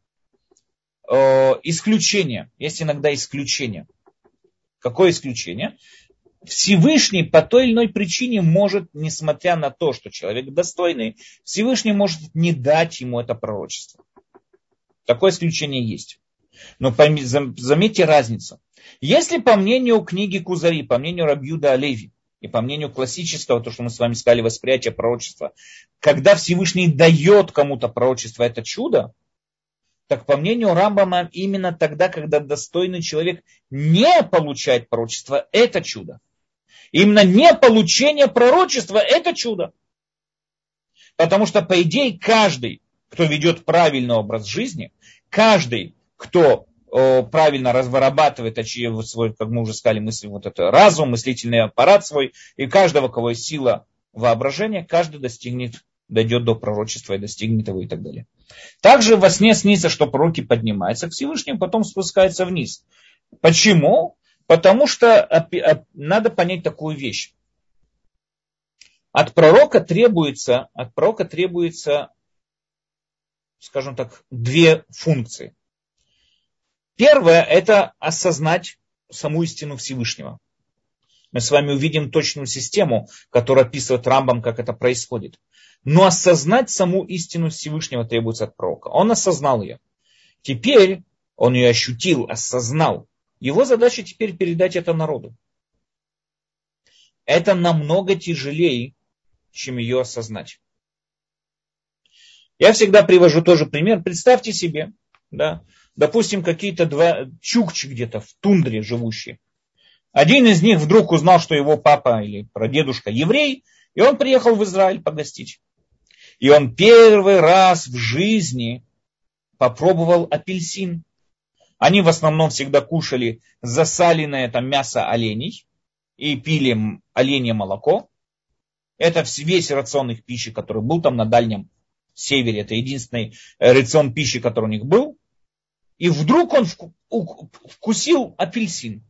э, исключения. Есть иногда исключения. Какое исключение? Всевышний по той или иной причине может, несмотря на то, что человек достойный, Всевышний может не дать ему это пророчество. Такое исключение есть. Но заметьте разницу. Если по мнению книги Кузари, по мнению Рабби Юда Алеви, и по мнению классического, то, что мы с вами сказали, восприятия пророчества, когда Всевышний дает кому-то пророчество, это чудо, Так по мнению Рамбама, именно тогда, когда достойный человек не получает пророчество, это чудо. Именно не получение пророчества – это чудо. Потому что, по идее, каждый, кто ведет правильный образ жизни, каждый, кто о, правильно вырабатывает свой, как мы уже сказали, мысли, вот это разум, мыслительный аппарат свой, и каждого, у кого есть сила воображения, каждый достигнет, дойдет до пророчества и достигнет его и так далее. Также во сне снится, что пророки поднимаются к Всевышнему, потом спускаются вниз. Почему? Потому что надо понять такую вещь. От пророка требуется, от пророка требуется, скажем так, две функции. Первое – это осознать саму истину Всевышнего. Мы с вами увидим точную систему, которая описывает Рамбам, как это происходит. Но осознать саму истину Всевышнего требуется от пророка. Он осознал ее. Теперь он ее ощутил, осознал. Его задача теперь передать это народу. Это намного тяжелее, чем ее осознать. Я всегда привожу тоже пример. Представьте себе, да, допустим, какие-то два чукчи где-то в тундре живущие. Один из них вдруг узнал, что его папа или прадедушка еврей, и он приехал в Израиль погостить. И он первый раз в жизни попробовал апельсин. Они в основном всегда кушали засаленное там мясо оленей и пили оленье молоко. Это весь рацион их пищи, который был там на Дальнем Севере. Это единственный рацион пищи, который у них был. И вдруг он вкусил апельсин.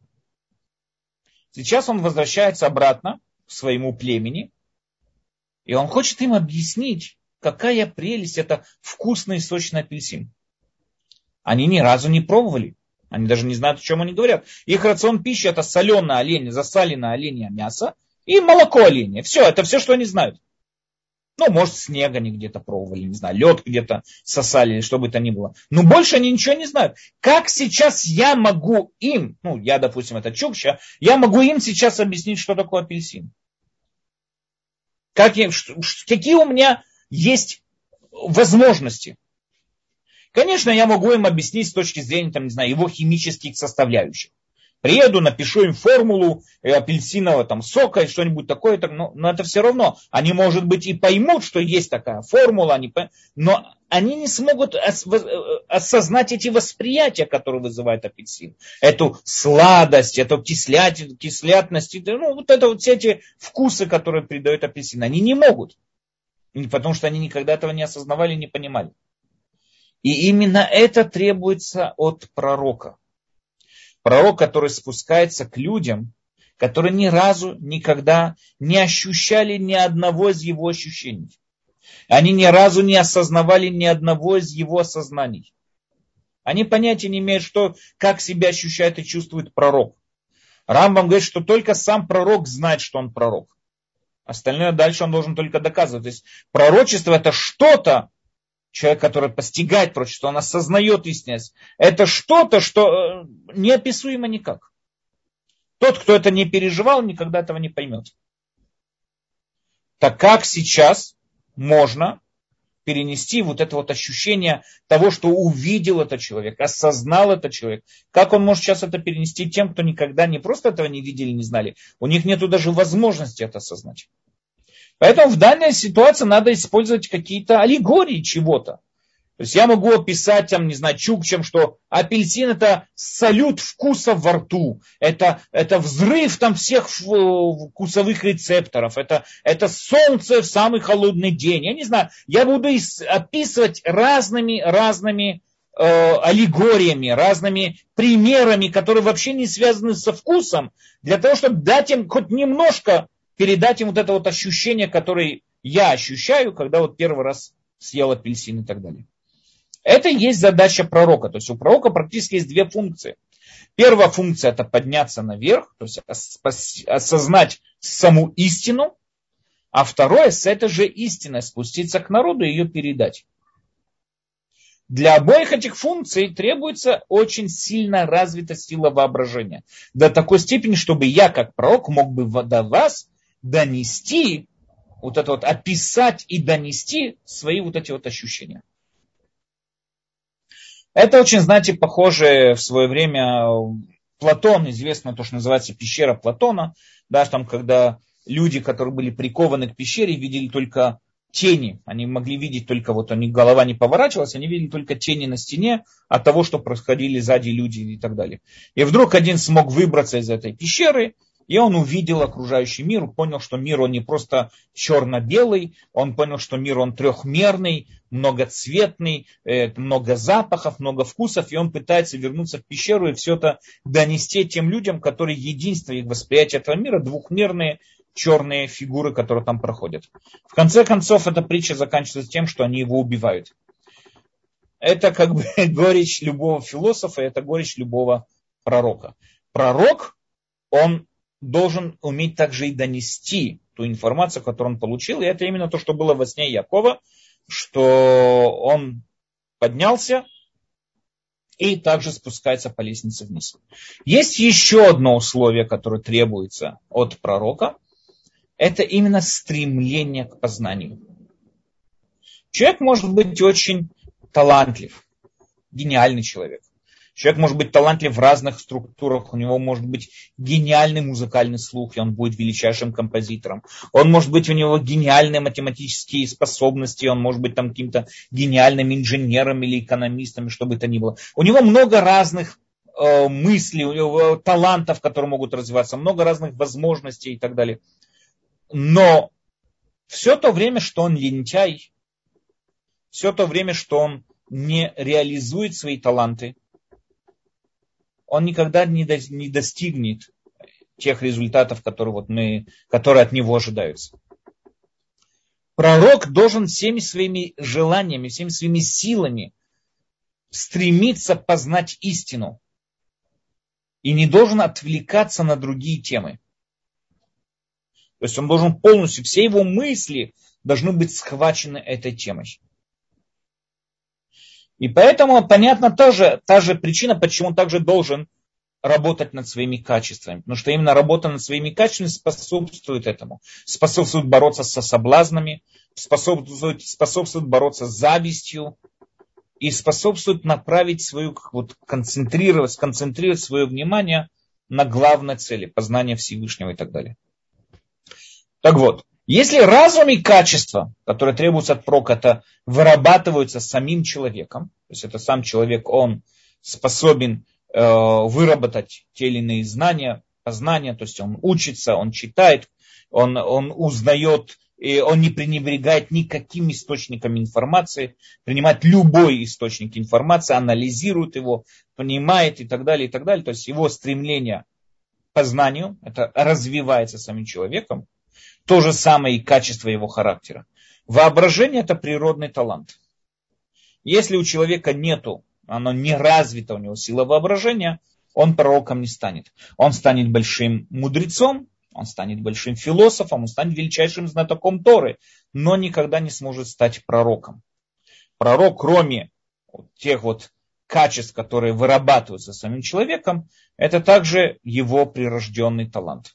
Сейчас он возвращается обратно к своему племени. И он хочет им объяснить, какая прелесть это вкусный сочный апельсин. Они ни разу не пробовали. Они даже не знают, о чем они говорят. Их рацион пищи это соленое оленя, засаленное оленье мясо и молоко оленя. Все, это все, что они знают. Ну, может, снег они где-то пробовали, не знаю, лед где-то сосали, или что бы то ни было. Но больше они ничего не знают. Как сейчас я могу им, ну, я, допустим, это чукча, я могу им сейчас объяснить, что такое апельсин? Как я, что, какие у меня есть возможности? Конечно, я могу им объяснить с точки зрения, там, не знаю, его химических составляющих. Приеду, напишу им формулу апельсинового там, сока и что-нибудь такое, но, но это все равно. Они, может быть, и поймут, что есть такая формула, они, но они не смогут осознать эти восприятия, которые вызывает апельсин. Эту сладость, эту кислят, кислятность, ну, вот это вот все эти вкусы, которые придает апельсин. Они не могут, потому что они никогда этого не осознавали, не понимали. И именно это требуется от пророка. Пророк, который спускается к людям, которые ни разу, никогда не ощущали ни одного из его ощущений. Они ни разу не осознавали ни одного из его осознаний. Они понятия не имеют, что, как себя ощущает и чувствует пророк. Рамбам говорит, что только сам пророк знает, что он пророк. Остальное дальше он должен только доказывать. То есть пророчество это что-то, человек, который постигает пророчество, он осознает истинность. Это что-то, что неописуемо никак. Тот, кто это не переживал, никогда этого не поймет. Так как сейчас можно перенести вот это вот ощущение того, что увидел этот человек, осознал этот человек. Как он может сейчас это перенести тем, кто никогда не просто этого не видели, не знали. У них нет даже возможности это осознать. Поэтому в данной ситуации надо использовать какие-то аллегории чего-то. То есть я могу описать, там, не знаю, чукчам, что апельсин это салют вкуса во рту, это, это взрыв там всех вкусовых рецепторов, это, это солнце в самый холодный день. Я не знаю, я буду описывать разными, разными э, аллегориями, разными примерами, которые вообще не связаны со вкусом, для того, чтобы дать им хоть немножко передать им вот это вот ощущение, которое я ощущаю, когда вот первый раз съел апельсин и так далее. Это и есть задача пророка. То есть у пророка практически есть две функции. Первая функция это подняться наверх, то есть осознать саму истину. А второе с этой же истиной спуститься к народу и ее передать. Для обоих этих функций требуется очень сильно развита сила воображения. До такой степени, чтобы я как пророк мог бы до вас донести, вот это вот описать и донести свои вот эти вот ощущения. Это очень, знаете, похоже в свое время Платон, известно то, что называется пещера Платона, да, там, когда люди, которые были прикованы к пещере, видели только тени. Они могли видеть только, вот у них голова не поворачивалась, они видели только тени на стене от того, что происходили сзади люди и так далее. И вдруг один смог выбраться из этой пещеры, и он увидел окружающий мир, понял, что мир он не просто черно-белый, он понял, что мир он трехмерный, многоцветный, много запахов, много вкусов, и он пытается вернуться в пещеру и все это донести тем людям, которые единство их восприятия этого мира, двухмерные черные фигуры, которые там проходят. В конце концов, эта притча заканчивается тем, что они его убивают. Это как бы горечь любого философа, это горечь любого пророка. Пророк, он должен уметь также и донести ту информацию, которую он получил. И это именно то, что было во сне Якова, что он поднялся и также спускается по лестнице вниз. Есть еще одно условие, которое требуется от пророка. Это именно стремление к познанию. Человек может быть очень талантлив, гениальный человек. Человек может быть талантлив в разных структурах, у него может быть гениальный музыкальный слух, и он будет величайшим композитором. Он может быть, у него гениальные математические способности, он может быть там каким-то гениальным инженером или экономистом, что бы то ни было. У него много разных э, мыслей, у него талантов, которые могут развиваться, много разных возможностей и так далее. Но все то время, что он лентяй, все то время, что он не реализует свои таланты, он никогда не достигнет тех результатов, которые, вот мы, которые от него ожидаются. Пророк должен всеми своими желаниями, всеми своими силами стремиться познать истину и не должен отвлекаться на другие темы. То есть он должен полностью, все его мысли должны быть схвачены этой темой. И поэтому, понятно, тоже та же причина, почему он также должен работать над своими качествами. Потому что именно работа над своими качествами способствует этому. Способствует бороться со соблазнами, способствует, способствует бороться с завистью и способствует направить свою, вот, концентрировать, сконцентрировать свое внимание на главной цели, познания Всевышнего и так далее. Так вот, если разум и качества, которые требуются от пророка, это вырабатываются самим человеком, то есть это сам человек, он способен э, выработать те или иные знания, познания, то есть он учится, он читает, он, он узнает, и он не пренебрегает никаким источником информации, принимает любой источник информации, анализирует его, понимает и так далее, и так далее. То есть его стремление к познанию, это развивается самим человеком. То же самое и качество его характера. Воображение – это природный талант. Если у человека нету, оно не развито, у него сила воображения, он пророком не станет. Он станет большим мудрецом, он станет большим философом, он станет величайшим знатоком Торы, но никогда не сможет стать пророком. Пророк, кроме тех вот качеств, которые вырабатываются самим человеком, это также его прирожденный талант.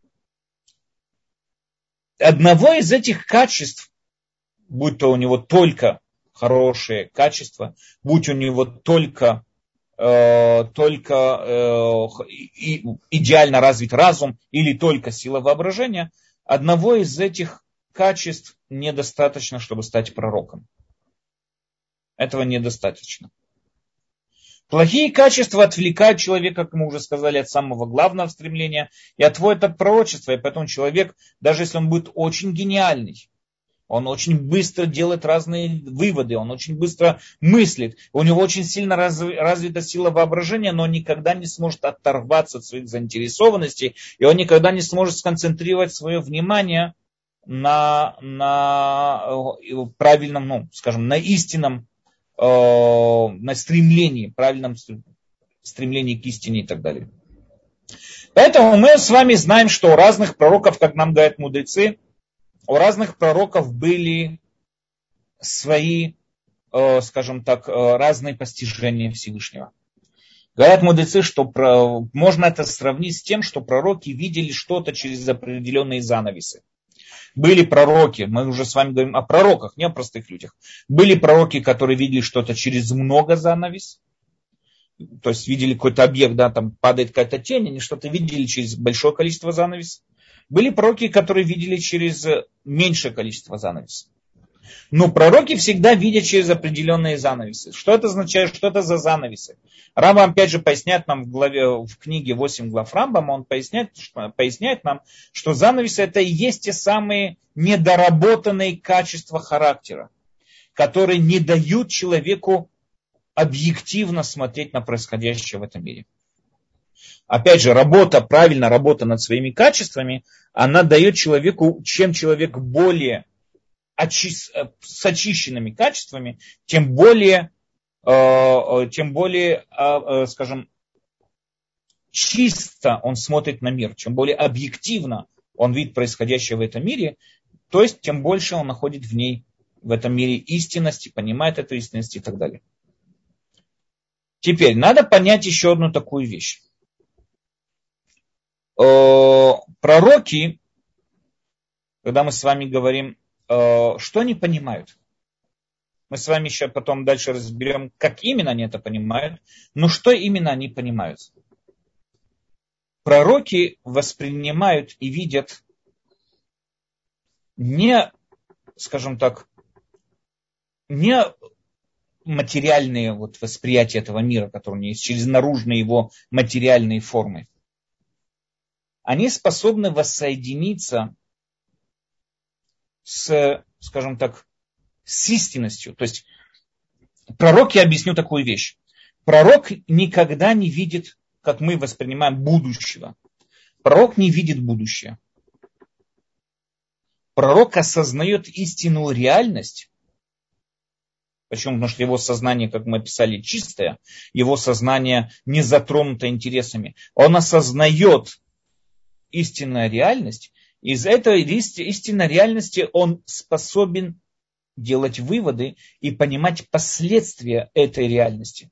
Одного из этих качеств, будь то у него только хорошие качества, будь у него только, э, только э, и, идеально развит разум или только сила воображения, одного из этих качеств недостаточно, чтобы стать пророком. Этого недостаточно. Плохие качества отвлекают человека, как мы уже сказали, от самого главного стремления и отводят от пророчества. И поэтому человек, даже если он будет очень гениальный, он очень быстро делает разные выводы, он очень быстро мыслит, у него очень сильно развита сила воображения, но он никогда не сможет оторваться от своих заинтересованностей, и он никогда не сможет сконцентрировать свое внимание на, на правильном, ну, скажем, на истинном, на стремлении, правильном стремлении к истине и так далее. Поэтому мы с вами знаем, что у разных пророков, как нам говорят мудрецы, у разных пророков были свои, скажем так, разные постижения Всевышнего. Говорят мудрецы, что можно это сравнить с тем, что пророки видели что-то через определенные занавесы. Были пророки, мы уже с вами говорим о пророках, не о простых людях. Были пророки, которые видели что-то через много занавес. То есть видели какой-то объект, да, там падает какая-то тень, они что-то видели через большое количество занавес. Были пророки, которые видели через меньшее количество занавес. Но пророки всегда видят через определенные занавесы. Что это означает, что это за занавесы? Рамбам опять же поясняет нам в, главе, в книге восемь глав Рамбама, он поясняет, поясняет нам, что занавесы это и есть те самые недоработанные качества характера, которые не дают человеку объективно смотреть на происходящее в этом мире. Опять же, работа, правильно работа над своими качествами, она дает человеку, чем человек более очи, с очищенными качествами, тем более, э, тем более, э, скажем, чисто он смотрит на мир, чем более объективно он видит происходящее в этом мире, то есть тем больше он находит в ней, в этом мире истинности, понимает эту истинность и так далее. Теперь надо понять еще одну такую вещь. Пророки, когда мы с вами говорим, что они понимают? Мы с вами еще потом дальше разберем, как именно они это понимают, но что именно они понимают. Пророки воспринимают и видят не, скажем так, не материальные вот восприятия этого мира, который у них есть, через наружные его материальные формы. Они способны воссоединиться с, скажем так, с истинностью. То есть пророк, я объясню такую вещь. Пророк никогда не видит, как мы воспринимаем, будущего. Пророк не видит будущее. Пророк осознает истинную реальность. Почему? Потому что его сознание, как мы описали, чистое, его сознание не затронуто интересами. Он осознает истинную реальность, и из этой истинной реальности он способен делать выводы и понимать последствия этой реальности.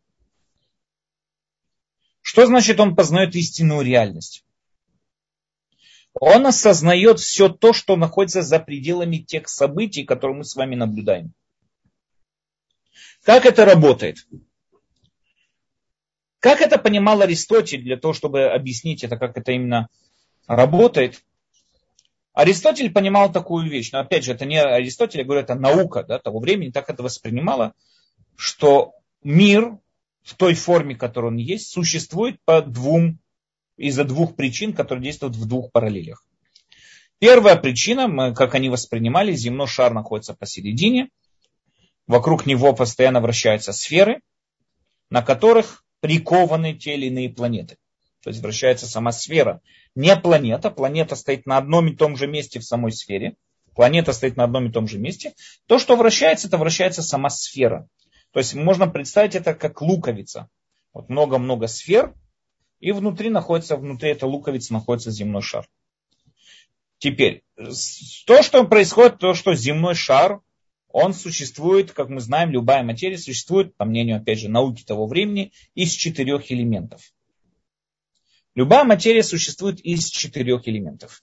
Что значит он познает истинную реальность? Он осознает все то, что находится за пределами тех событий, которые мы с вами наблюдаем. Как это работает? Как это понимал Аристотель, для того, чтобы объяснить это, как это именно работает? Аристотель понимал такую вещь, но опять же, это не Аристотель, я говорю, это наука, да, того времени так это воспринимала, что мир в той форме, которой он есть, существует по двум, из-за двух причин, которые действуют в двух параллелях. Первая причина, мы, как они воспринимали, земной шар находится посередине, вокруг него постоянно вращаются сферы, на которых прикованы те или иные планеты. То есть вращается сама сфера. Не планета. Планета стоит на одном и том же месте в самой сфере. Планета стоит на одном и том же месте. То, что вращается, это вращается сама сфера. То есть можно представить это как луковица. Вот много-много сфер. И внутри находится, внутри этой луковицы находится земной шар. Теперь, то, что происходит, то, что земной шар, он существует, как мы знаем, любая материя существует, по мнению, опять же, науки того времени, из четырех элементов. Любая материя существует из четырех элементов.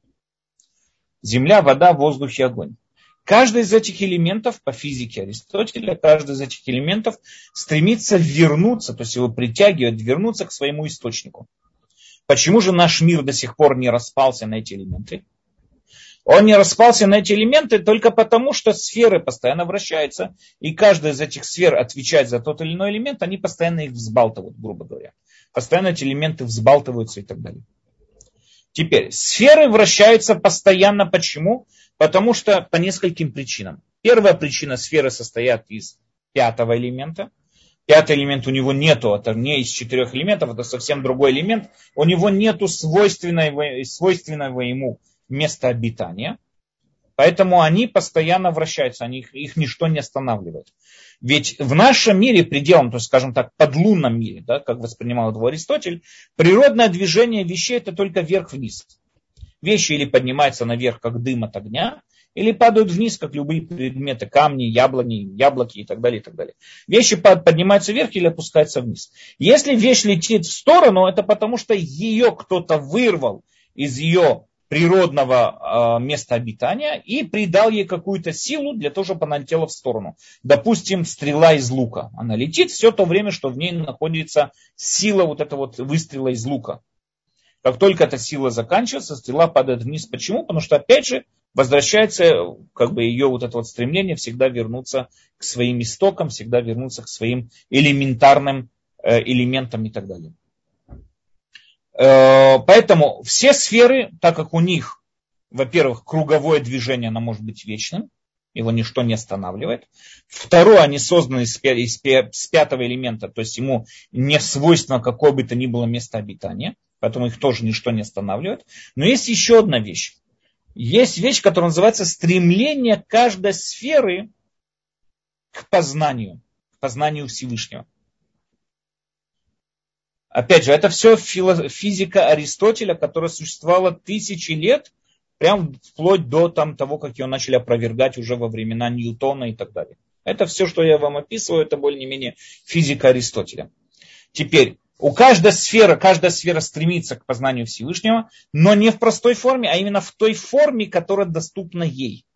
Земля, вода, воздух и огонь. Каждый из этих элементов, по физике Аристотеля, каждый из этих элементов стремится вернуться, то есть его притягивает, вернуться к своему источнику. Почему же наш мир до сих пор не распался на эти элементы? Он не распался на эти элементы только потому, что сферы постоянно вращаются, и каждая из этих сфер отвечает за тот или иной элемент, они постоянно их взбалтывают, грубо говоря. Постоянно эти элементы взбалтываются и так далее. Теперь, сферы вращаются постоянно. Почему? Потому что по нескольким причинам. Первая причина: сферы состоят из пятого элемента. Пятый элемент у него нету, это не из четырех элементов, это совсем другой элемент. У него нету свойственного, свойственного ему места обитания. Поэтому они постоянно вращаются, они, их, их ничто не останавливает. Ведь в нашем мире пределом, то есть, скажем так, подлунном мире, да, как воспринимал его Аристотель, природное движение вещей это только вверх-вниз. Вещи или поднимаются наверх, как дым от огня, или падают вниз, как любые предметы, камни, яблони, яблоки и так далее, и так далее. Вещи поднимаются вверх или опускаются вниз. Если вещь летит в сторону, это потому что ее кто-то вырвал из ее природного э, места обитания и придал ей какую-то силу для того, чтобы она летела в сторону. Допустим, стрела из лука. Она летит все то время, что в ней находится сила вот этого вот выстрела из лука. Как только эта сила заканчивается, стрела падает вниз. Почему? Потому что, опять же, возвращается как бы ее вот это вот стремление всегда вернуться к своим истокам, всегда вернуться к своим элементарным э, элементам и так далее. Поэтому все сферы, так как у них, во-первых, круговое движение, оно может быть вечным, его ничто не останавливает. Второе, они созданы из пятого элемента, то есть ему не свойственно какое бы то ни было место обитания, поэтому их тоже ничто не останавливает. Но есть еще одна вещь. Есть вещь, которая называется стремление каждой сферы к познанию, к познанию Всевышнего. Опять же, это все физика Аристотеля, которая существовала тысячи лет, прям вплоть до там, того, как ее начали опровергать уже во времена Ньютона и так далее. Это все, что я вам описываю, это более-менее физика Аристотеля. Теперь, у каждой сферы, каждая сфера стремится к познанию Всевышнего, но не в простой форме, а именно в той форме, которая доступна ей.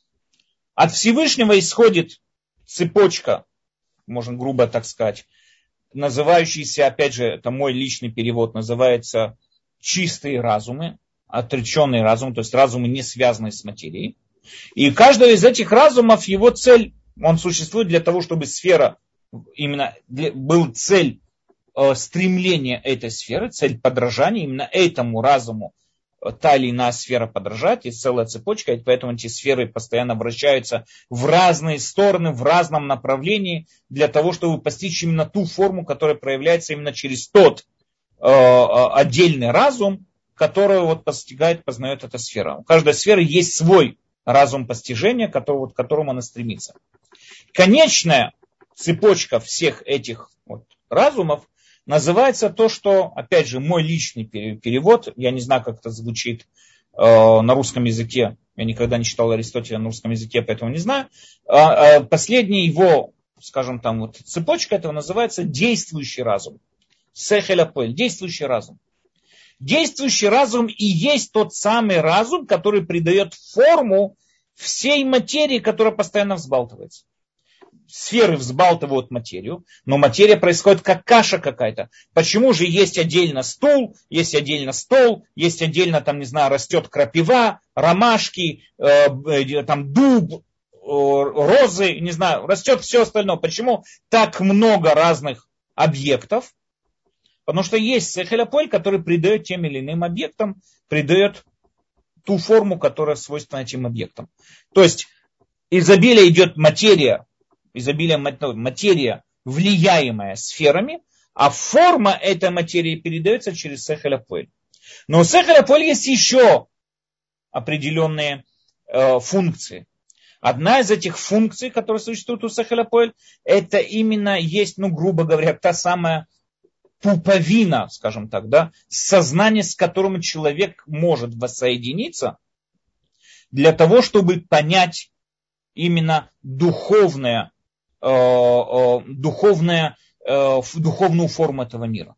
От Всевышнего исходит цепочка, можно грубо так сказать, называющийся, опять же, это мой личный перевод, называется чистые разумы, отреченный разум, то есть разумы, не связанные с материей. И каждый из этих разумов, его цель, он существует для того, чтобы сфера, именно для, был цель э, стремления этой сферы, цель подражания, именно этому разуму та или иная сфера подражает, есть целая цепочка, и поэтому эти сферы постоянно вращаются в разные стороны, в разном направлении, для того, чтобы постичь именно ту форму, которая проявляется именно через тот э, отдельный разум, который вот постигает, познает эта сфера. У каждой сферы есть свой разум постижения, который, вот, к которому она стремится. Конечная цепочка всех этих вот разумов называется то, что, опять же, мой личный перевод, я не знаю, как это звучит э, на русском языке, я никогда не читал Аристотеля на русском языке, поэтому не знаю. А, а последний его, скажем там, вот цепочка этого называется действующий разум. Сехель апоэль, действующий разум. Действующий разум и есть тот самый разум, который придает форму всей материи, которая постоянно взбалтывается. Сферы взбалтывают материю, но материя происходит как каша какая-то. Почему же есть отдельно стул, есть отдельно стол, есть отдельно, там, не знаю, растет крапива, ромашки, э, там дуб, э, розы, не знаю, растет все остальное. Почему так много разных объектов? Потому что есть сехель апоэль, который придает тем или иным объектам, придает ту форму, которая свойственна этим объектам. То есть изобилие идет материя, изобилие материя, влияемая сферами, а форма этой материи передается через сехель апоэль. Но у сехель апоэль есть еще определенные э, функции. Одна из этих функций, которая существует у сехель апоэль, это именно есть, ну, грубо говоря, та самая пуповина, скажем так, да, сознание, с которым человек может воссоединиться для того, чтобы понять именно духовное, э, э, духовное, э, духовную форму этого мира.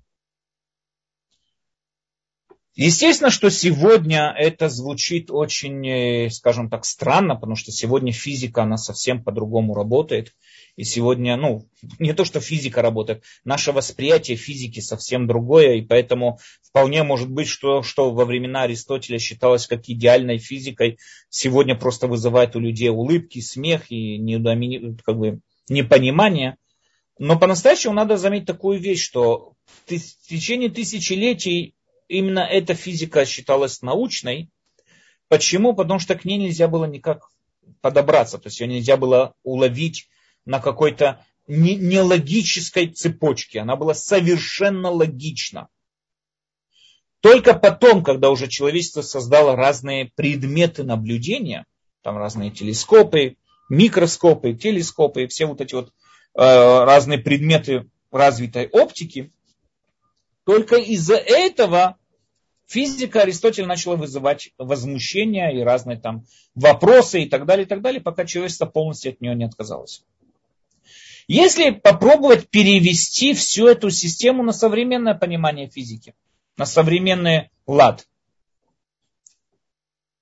Естественно, что сегодня это звучит очень, скажем так, странно, потому что сегодня физика, она совсем по-другому работает. И сегодня, ну, не то, что физика работает, наше восприятие физики совсем другое, и поэтому вполне может быть, что, что во времена Аристотеля считалось как идеальной физикой, сегодня просто вызывает у людей улыбки, смех и недоумение, как бы, непонимание. Но по-настоящему надо заметить такую вещь, что в течение тысячелетий именно эта физика считалась научной. Почему? Потому что к ней нельзя было никак подобраться, то есть ее нельзя было уловить на какой-то нелогической цепочке. Она была совершенно логична. Только потом, когда уже человечество создало разные предметы наблюдения, там разные телескопы, микроскопы, телескопы, все вот эти вот э, разные предметы развитой оптики, только из-за этого физика Аристотеля начала вызывать возмущение и разные там вопросы и так далее, и так далее, пока человечество полностью от нее не отказалось. Если попробовать перевести всю эту систему на современное понимание физики, на современный лад,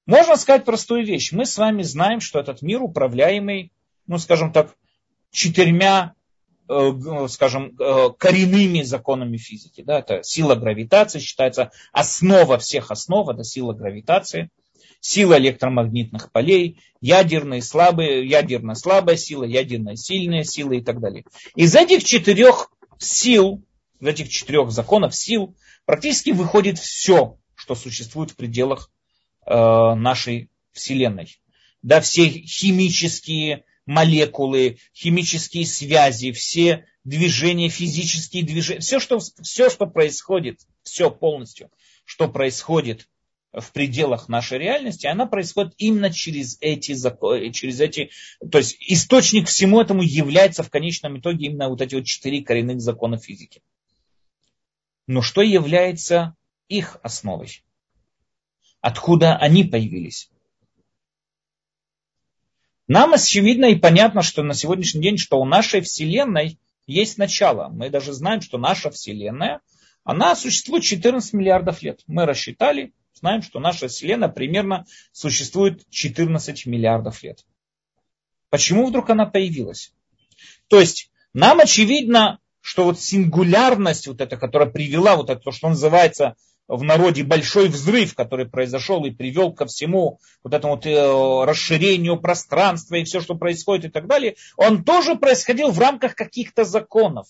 Можно сказать простую вещь. Мы с вами знаем, что этот мир управляемый, ну, скажем так, четырьмя, э, скажем, э, коренными законами физики. Да? Это сила гравитации, считается основа всех основ, это сила гравитации. Сила электромагнитных полей, ядерные слабые, ядерная слабая сила, ядерная сильная сила и так далее. Из этих четырех сил, из этих четырех законов сил, практически выходит все, что существует в пределах э, нашей Вселенной. Да, все химические молекулы, химические связи, все движения, физические движения, все, что, все, что происходит, все полностью, что происходит в пределах нашей реальности, она происходит именно через эти законы, через эти, то есть источник всему этому является в конечном итоге именно вот эти вот четыре коренных закона физики. Но что является их основой? Откуда они появились? Нам очевидно и понятно, что на сегодняшний день, что у нашей Вселенной есть начало. Мы даже знаем, что наша Вселенная, она существует четырнадцать миллиардов лет. Мы рассчитали, знаем, что наша Вселенная примерно существует четырнадцать миллиардов лет. Почему вдруг она появилась? То есть нам очевидно, что вот сингулярность вот эта, которая привела вот это, то, что называется в народе большой взрыв, который произошел и привел ко всему вот этому вот, э, расширению пространства и все, что происходит и так далее, он тоже происходил в рамках каких-то законов.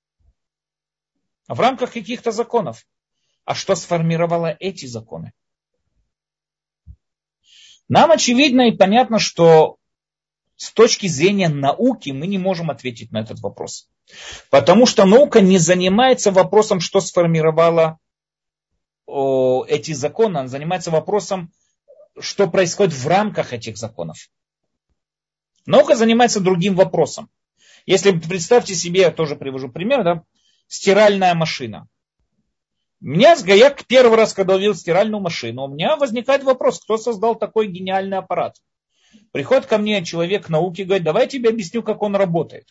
В рамках каких-то законов. А что сформировало эти законы? Нам очевидно и понятно, что с точки зрения науки мы не можем ответить на этот вопрос. Потому что наука не занимается вопросом, что сформировало о, эти законы. Она занимается вопросом, что происходит в рамках этих законов. Наука занимается другим вопросом. Если представьте себе, я тоже привожу пример, да, стиральная машина. Меня, я первый раз, когда увидел стиральную машину, у меня возникает вопрос, кто создал такой гениальный аппарат. Приходит ко мне человек науки и говорит, давай я тебе объясню, как он работает.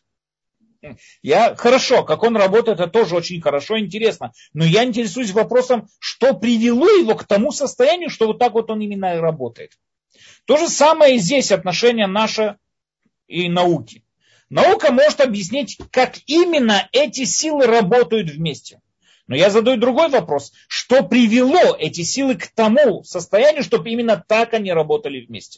Я, хорошо, как он работает, это тоже очень хорошо, интересно. Но я интересуюсь вопросом, что привело его к тому состоянию, что вот так вот он именно и работает. То же самое и здесь отношение наше и науки. Наука может объяснить, как именно эти силы работают вместе. Но я задаю другой вопрос. Что привело эти силы к тому состоянию, чтобы именно так они работали вместе?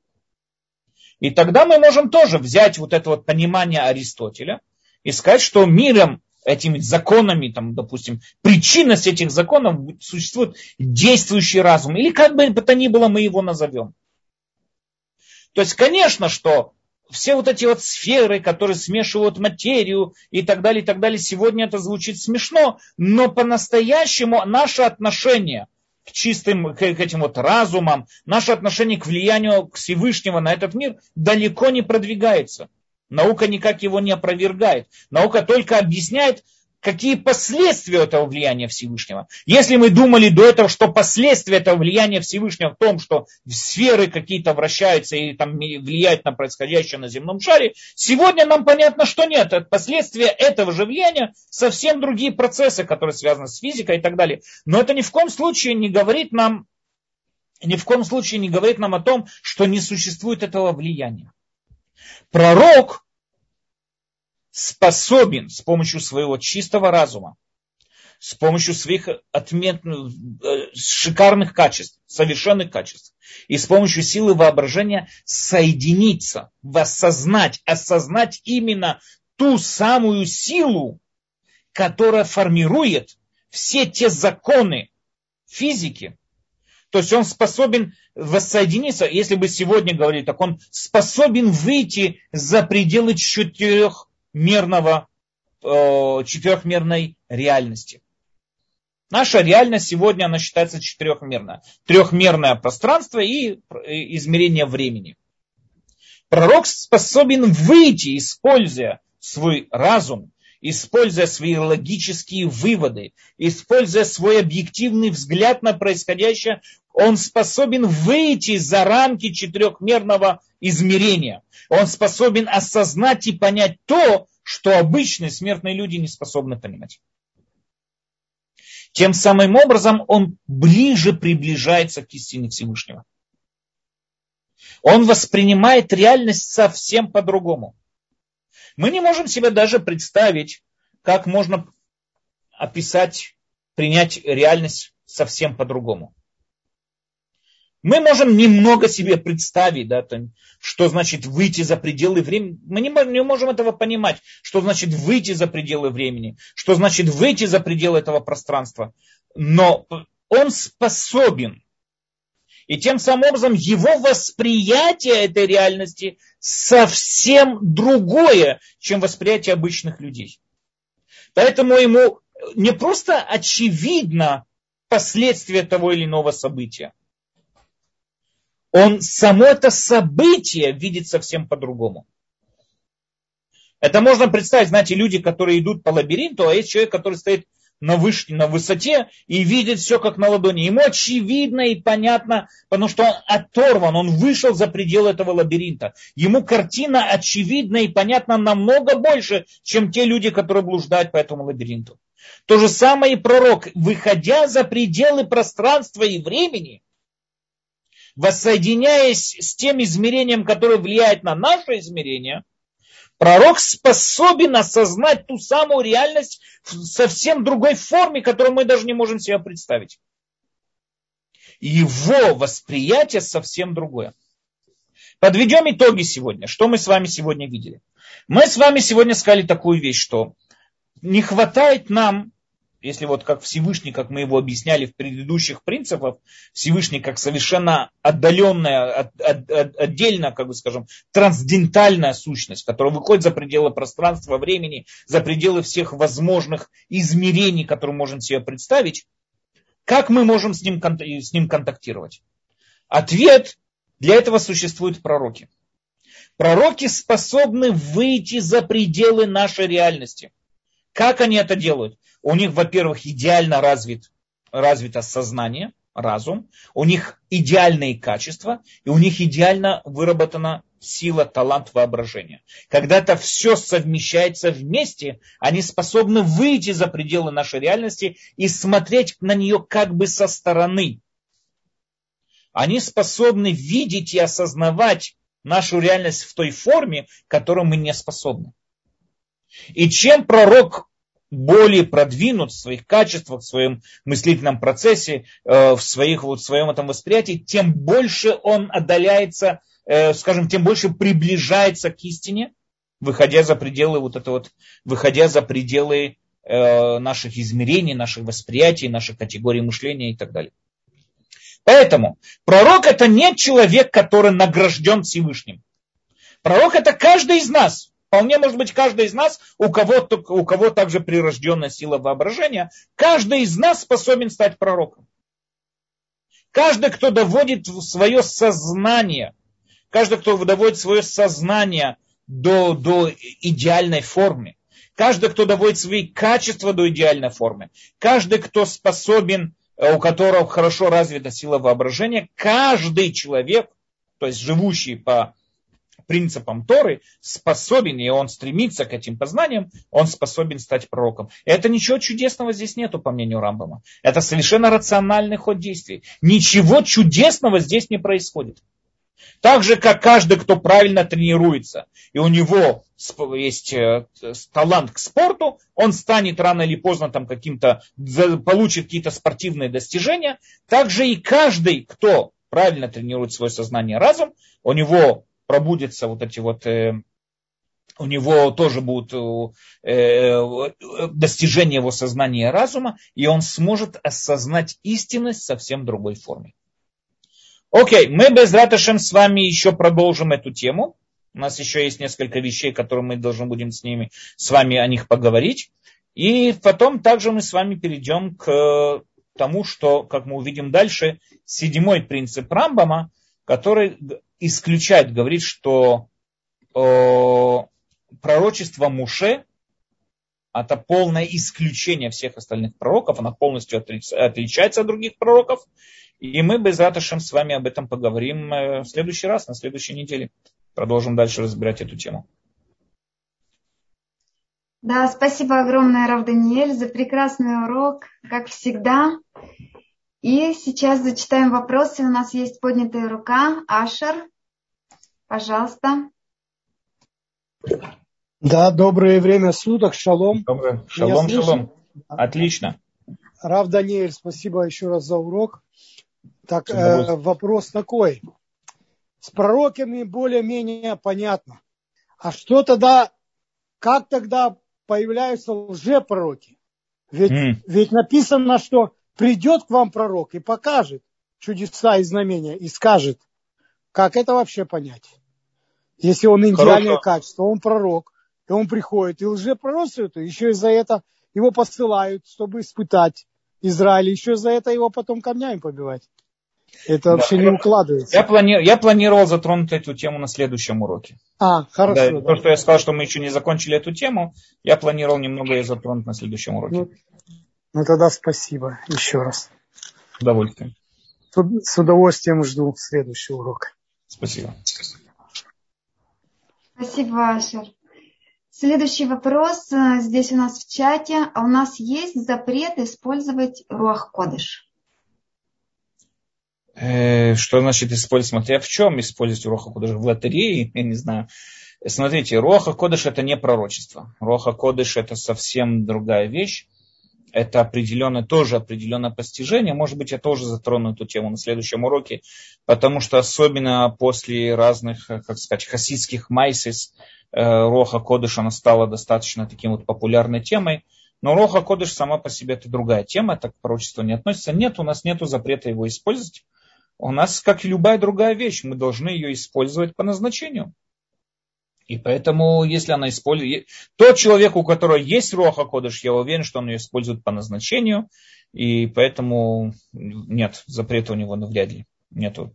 И тогда мы можем тоже взять вот это вот понимание Аристотеля и сказать, что миром, этими законами, там, допустим, причинность этих законов существует действующий разум. Или как бы это ни было, мы его назовем. То есть, конечно, что все вот эти вот сферы, которые смешивают материю и так далее, и так далее, сегодня это звучит смешно, но по-настоящему наше отношение к чистым, к этим вот разумам, наше отношение к влиянию Всевышнего на этот мир далеко не продвигается. Наука никак его не опровергает. Наука только объясняет, какие последствия этого влияния Всевышнего. Если мы думали до этого, что последствия этого влияния Всевышнего в том, что сферы какие-то вращаются и там влияют на происходящее на земном шаре, сегодня нам понятно, что нет. Последствия этого же влияния совсем другие процессы, которые связаны с физикой и так далее. Но это ни в коем случае не говорит нам, ни в коем случае не говорит нам о том, что не существует этого влияния. Пророк способен с помощью своего чистого разума, с помощью своих отметных, шикарных качеств, совершенных качеств, и с помощью силы воображения соединиться, воссознать, осознать именно ту самую силу, которая формирует все те законы физики. То есть он способен воссоединиться, если бы сегодня говорили, так он способен выйти за пределы четырехмерного, э, четырехмерной реальности. Наша реальность сегодня, она считается четырехмерная. Трехмерное пространство и измерение времени. Пророк способен выйти, используя свой разум, используя свои логические выводы, используя свой объективный взгляд на происходящее, он способен выйти за рамки четырехмерного измерения. Он способен осознать и понять то, что обычные смертные люди не способны понимать. Тем самым образом он ближе приближается к истине Всевышнего. Он воспринимает реальность совсем по-другому. Мы не можем себе даже представить, как можно описать, принять реальность совсем по-другому. Мы можем немного себе представить, да, там, что значит выйти за пределы времени. Мы не, не можем этого понимать, что значит выйти за пределы времени, что значит выйти за пределы этого пространства. Но он способен. И тем самым образом его восприятие этой реальности совсем другое, чем восприятие обычных людей. Поэтому ему не просто очевидно последствия того или иного события. Он само это событие видит совсем по-другому. Это можно представить, знаете, люди, которые идут по лабиринту, а есть человек, который стоит на, выше, на высоте и видит все как на ладони. Ему очевидно и понятно, потому что он оторван, он вышел за пределы этого лабиринта. Ему картина очевидна и понятна намного больше, чем те люди, которые блуждают по этому лабиринту. То же самое и пророк, выходя за пределы пространства и времени, воссоединяясь с тем измерением, которое влияет на наше измерение, пророк способен осознать ту самую реальность в совсем другой форме, которую мы даже не можем себе представить. Его восприятие совсем другое. Подведем итоги сегодня. Что мы с вами сегодня видели? Мы с вами сегодня сказали такую вещь, что не хватает нам, если вот как Всевышний, как мы его объясняли в предыдущих принципах, Всевышний как совершенно отдаленная, от, от, от, отдельно, как бы скажем, трансцендентальная сущность, которая выходит за пределы пространства, времени, за пределы всех возможных измерений, которые мы можем себе представить, как мы можем с ним, с ним контактировать? Ответ: для этого существуют пророки. Пророки способны выйти за пределы нашей реальности. Как они это делают? У них, во-первых, идеально развит, развито сознание, разум, у них идеальные качества, и у них идеально выработана сила, талант, воображения. Когда это все совмещается вместе, они способны выйти за пределы нашей реальности и смотреть на нее как бы со стороны. Они способны видеть и осознавать нашу реальность в той форме, к которой мы не способны. И чем пророк более продвинут в своих качествах, в своем мыслительном процессе, в, своих, вот, в своем этом восприятии, тем больше он отдаляется, скажем, тем больше приближается к истине, выходя за пределы вот это вот, выходя за пределы наших измерений, наших восприятий, наших категорий мышления и так далее. Поэтому пророк — это не человек, который награжден Всевышним. Пророк — это каждый из нас. Вполне может быть каждый из нас, у кого, у кого также прирожденная сила воображения, каждый из нас способен стать пророком. Каждый, кто доводит свое сознание, каждый, кто доводит свое сознание до, до идеальной формы, каждый, кто доводит свои качества до идеальной формы, каждый, кто способен, у которого хорошо развита сила воображения, каждый человек, то есть живущий по принципам Торы, способен, и он стремится к этим познаниям, он способен стать пророком. Это ничего чудесного здесь нету, по мнению Рамбама. Это совершенно рациональный ход действий. Ничего чудесного здесь не происходит. Так же, как каждый, кто правильно тренируется, и у него есть талант к спорту, он станет рано или поздно там каким-то, получит какие-то спортивные достижения, так же и каждый, кто правильно тренирует свое сознание и разум, у него пробудятся вот эти вот, э, у него тоже будут э, достижения его сознания и разума, и он сможет осознать истинность в совсем другой форме. Окей, мы без раташем с вами еще продолжим эту тему. У нас еще есть несколько вещей, которые мы должны будем с ними, с вами о них поговорить. И потом также мы с вами перейдем к тому, что, как мы увидим дальше, седьмой принцип Рамбама, который исключает, говорит, что э, пророчество Муше — это полное исключение всех остальных пророков, она полностью отличается от других пророков. И мы без раташем с вами об этом поговорим в следующий раз, на следующей неделе. Продолжим дальше разбирать эту тему. Да, спасибо огромное, Рав Даниэль, за прекрасный урок, как всегда. И сейчас зачитаем вопросы. У нас есть поднятая рука. Ашер. Пожалуйста. Да, доброе время суток, шалом. Доброе. Шалом, шалом. Отлично. Рав Даниэль, спасибо еще раз за урок. Так, э, вопрос такой. С пророками более-менее понятно. А что тогда, как тогда появляются лжепророки? Ведь, mm. ведь написано, что придет к вам пророк и покажет чудеса и знамения, и скажет, как это вообще понять? Если он идеальное качество, он пророк, и он приходит, и лжепророчествует, и еще из-за этого его посылают, чтобы испытать Израиль, еще за это его потом камнями побивать. Это да, вообще не укладывается. Я, плани... я планировал затронуть эту тему на следующем уроке. А, хорошо. Да, да. То, что я сказал, что мы еще не закончили эту тему, я планировал немного ее затронуть на следующем уроке. Ну, ну тогда спасибо еще раз. С удовольствием. С удовольствием жду следующий урок. Спасибо. Спасибо, Ашер. Следующий вопрос здесь у нас в чате. А у нас есть запрет использовать руах кодеш? Что значит использовать? Смотря в чем использовать руах кодеш? В лотерее? Я не знаю. Смотрите, руах кодеш это не пророчество. Руах кодеш это совсем другая вещь. Это определенное, тоже определенное постижение. Может быть, я тоже затрону эту тему на следующем уроке, потому что особенно после разных, как сказать, хасидских майсис, Руах ха-Кодеш, она стала достаточно таким вот популярной темой. Но Руах ха-Кодеш сама по себе это другая тема, так к пророчеству не относится. Нет, у нас нет запрета его использовать. У нас, как и любая другая вещь, мы должны ее использовать по назначению. И поэтому, если она использует... Тот человек, у которого есть Руах ха-Кодеш, я уверен, что он ее использует по назначению. И поэтому нет, запрета у него вряд ли нету.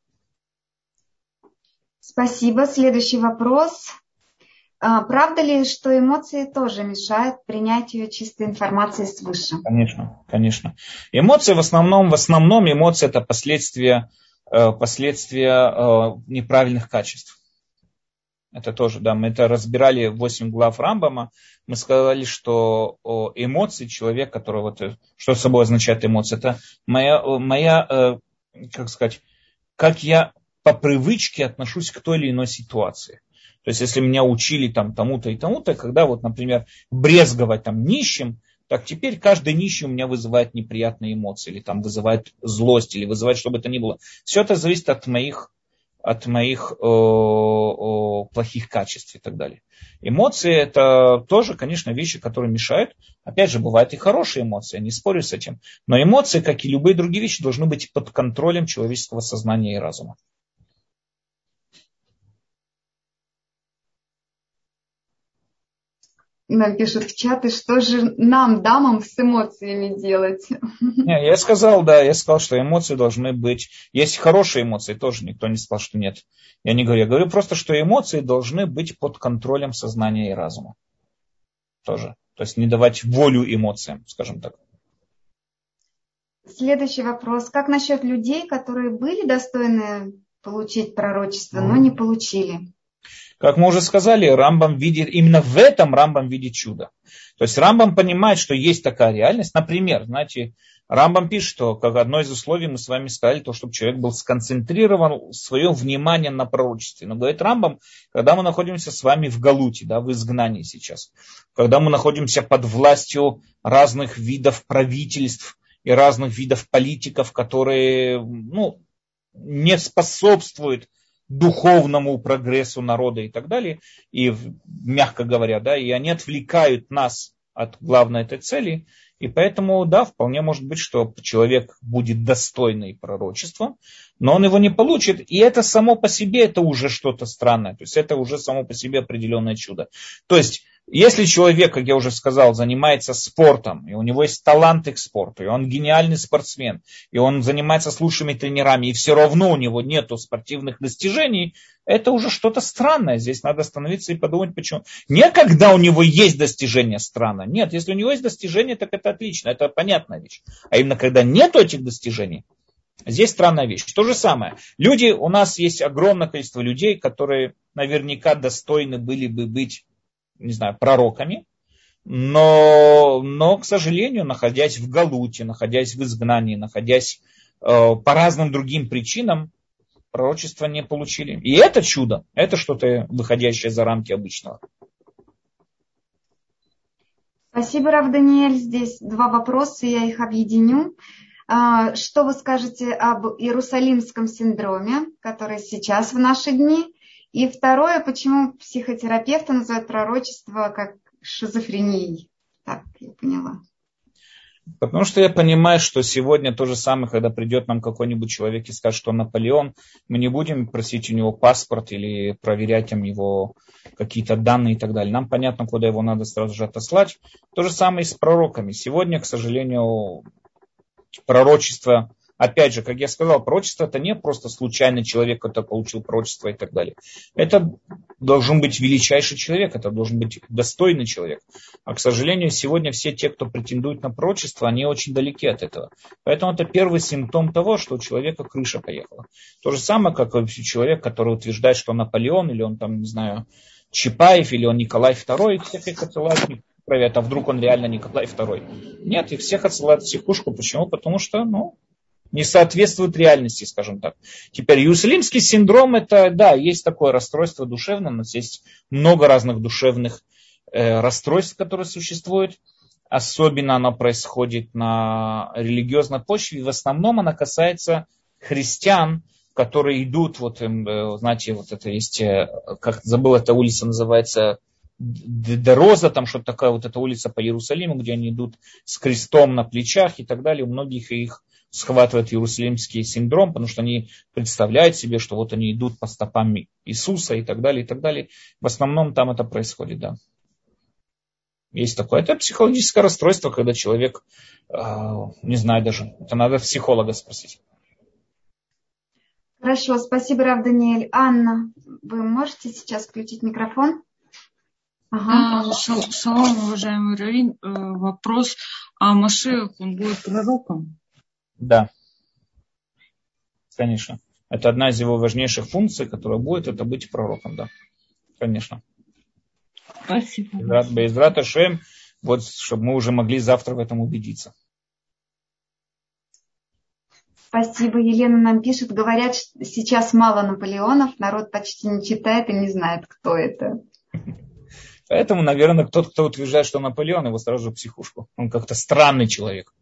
Спасибо. Следующий вопрос. А, правда ли, что эмоции тоже мешают принятию чистой информации свыше? Конечно, конечно. Эмоции в основном, в основном эмоции это последствия, последствия неправильных качеств. Это тоже, да, мы это разбирали восемь глав Рамбама. Мы сказали, что эмоции человек, который вот, что собой означает эмоции, это моя, моя, как сказать, как я по привычке отношусь к той или иной ситуации. То есть, если меня учили там тому-то и тому-то, когда вот, например, брезговать там нищим, так теперь каждый нищий у меня вызывает неприятные эмоции, или там вызывает злость, или вызывает, что бы это ни было. Все это зависит от моих, от моих э, э, плохих качеств и так далее. Эмоции это тоже, конечно, вещи, которые мешают. Опять же, бывают и хорошие эмоции, я не спорю с этим. Но эмоции, как и любые другие вещи, должны быть под контролем человеческого сознания и разума. Нам пишут в чаты, что же нам, дамам, с эмоциями делать? Не, я сказал, да, я сказал, что эмоции должны быть. Есть хорошие эмоции, тоже никто не сказал, что нет. Я не говорю, я говорю просто, что эмоции должны быть под контролем сознания и разума. Тоже. То есть не давать волю эмоциям, скажем так. Следующий вопрос. Как насчет людей, которые были достойны получить пророчество, но не получили? Как мы уже сказали, Рамбам видит, именно в этом Рамбам видит чудо. То есть Рамбам понимает, что есть такая реальность. Например, знаете, Рамбам пишет, что как одно из условий мы с вами сказали, то, чтобы человек был сконцентрирован свое внимание на пророчестве. Но говорит Рамбам, когда мы находимся с вами в Галуте, да, в изгнании сейчас, когда мы находимся под властью разных видов правительств и разных видов политиков, которые ну, не способствуют духовному прогрессу народа и так далее, и, мягко говоря, да, и они отвлекают нас от главной этой цели, и поэтому, да, вполне может быть, что человек будет достойный пророчества, но он его не получит, и это само по себе, это уже что-то странное, то есть это уже само по себе определенное чудо. То есть, если человек, как я уже сказал, занимается спортом, и у него есть таланты к спорту, и он гениальный спортсмен, и он занимается с лучшими тренерами, и все равно у него нет спортивных достижений, это уже что-то странное. Здесь надо остановиться и подумать, почему. Не когда у него есть достижения, странно. Нет, если у него есть достижения, так это отлично, это понятная вещь. А именно когда нет этих достижений, здесь странная вещь. То же самое. Люди, у нас есть огромное количество людей, которые наверняка достойны были бы быть, не знаю, пророками, но, но, к сожалению, находясь в Галуте, находясь в изгнании, находясь э, по разным другим причинам, пророчества не получили. И это чудо, это что-то выходящее за рамки обычного. Спасибо, Рав Даниэль. Здесь два вопроса, я их объединю. Что вы скажете об Иерусалимском синдроме, который сейчас в наши дни? И второе, почему психотерапевты называют пророчество как шизофренией? Так, я поняла. Потому что я понимаю, что сегодня то же самое, когда придет нам какой-нибудь человек и скажет, что он Наполеон, мы не будем просить у него паспорт или проверять там его какие-то данные и так далее. Нам понятно, куда его надо сразу же отослать. То же самое и с пророками. Сегодня, к сожалению, пророчество, опять же, как я сказал, пророчество это не просто случайный человек, который получил пророчество и так далее. Это должен быть величайший человек, это должен быть достойный человек. А, к сожалению, сегодня все те, кто претендует на пророчество, они очень далеки от этого. Поэтому это первый симптом того, что у человека крыша поехала. То же самое, как у человека, который утверждает, что он Наполеон, или он там, не знаю, Чапаев, или он Николай второй, всех их отсылают, проверяют, а вдруг он реально Николай второй. Нет, их всех отсылают в психушку. Почему? Потому что, ну, не соответствует реальности, скажем так. Теперь Иерусалимский синдром, это, да, есть такое расстройство душевное, у нас есть много разных душевных э, расстройств, которые существуют. Особенно оно происходит на религиозной почве, и в основном оно касается христиан, которые идут, вот, э, знаете, вот это есть, э, как забыл, эта улица называется, Дероза, там что-то такая, вот эта улица по Иерусалиму, где они идут с крестом на плечах и так далее, у многих их схватывает Иерусалимский синдром, потому что они представляют себе, что вот они идут по стопам Иисуса и так далее, и так далее. В основном там это происходит, да. Есть такое. Это психологическое расстройство, когда человек, э, не знаю даже, это надо психолога спросить. Хорошо, спасибо, Рав Даниэль. Анна, вы можете сейчас включить микрофон? Ага. А, шалом, уважаемый раввин. Вопрос, а Машиах, он будет пророком? Да, конечно. Это одна из его важнейших функций, которая будет, это быть пророком, да. Конечно. Спасибо. Бейзрат Ашем, вот, чтобы мы уже могли завтра в этом убедиться. Спасибо. Елена нам пишет, говорят, что сейчас мало Наполеонов, народ почти не читает и не знает, кто это. Поэтому, наверное, тот, кто утверждает, что Наполеон, его сразу же в психушку. Он как-то странный человек.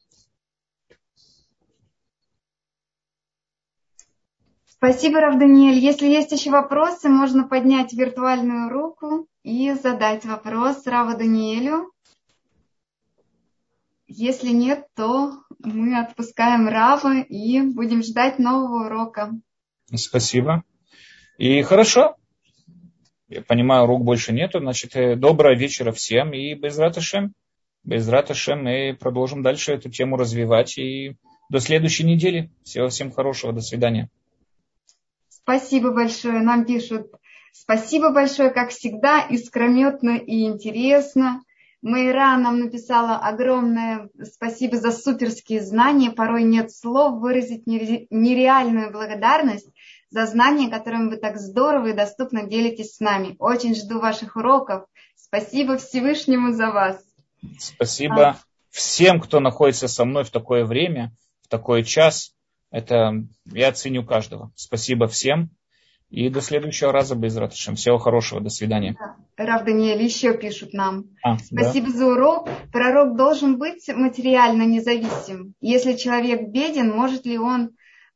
Спасибо, Рав Даниэль. Если есть еще вопросы, можно поднять виртуальную руку и задать вопрос Раву Даниэлю. Если нет, то мы отпускаем Рава и будем ждать нового урока. Спасибо. И хорошо. Я понимаю, рук больше нету. Значит, доброго вечера всем. И Бейзрат Ашем. Бейзрат Ашем. Мы продолжим дальше эту тему развивать. И до следующей недели. Всего всем хорошего. До свидания. Спасибо большое. Нам пишут, спасибо большое, как всегда, искрометно и интересно. Майра нам написала огромное спасибо за суперские знания. Порой нет слов выразить нереальную благодарность за знания, которыми вы так здорово и доступно делитесь с нами. Очень жду ваших уроков. Спасибо Всевышнему за вас. Спасибо а... всем, кто находится со мной в такое время, в такой час. Это я ценю каждого. Спасибо всем. И до следующего раза, Бейзрат Ашем. Всего хорошего. До свидания. Да. Рав Даниэль, еще пишут нам. А, Спасибо да? за урок. Пророк должен быть материально независим. Если человек беден, может ли он,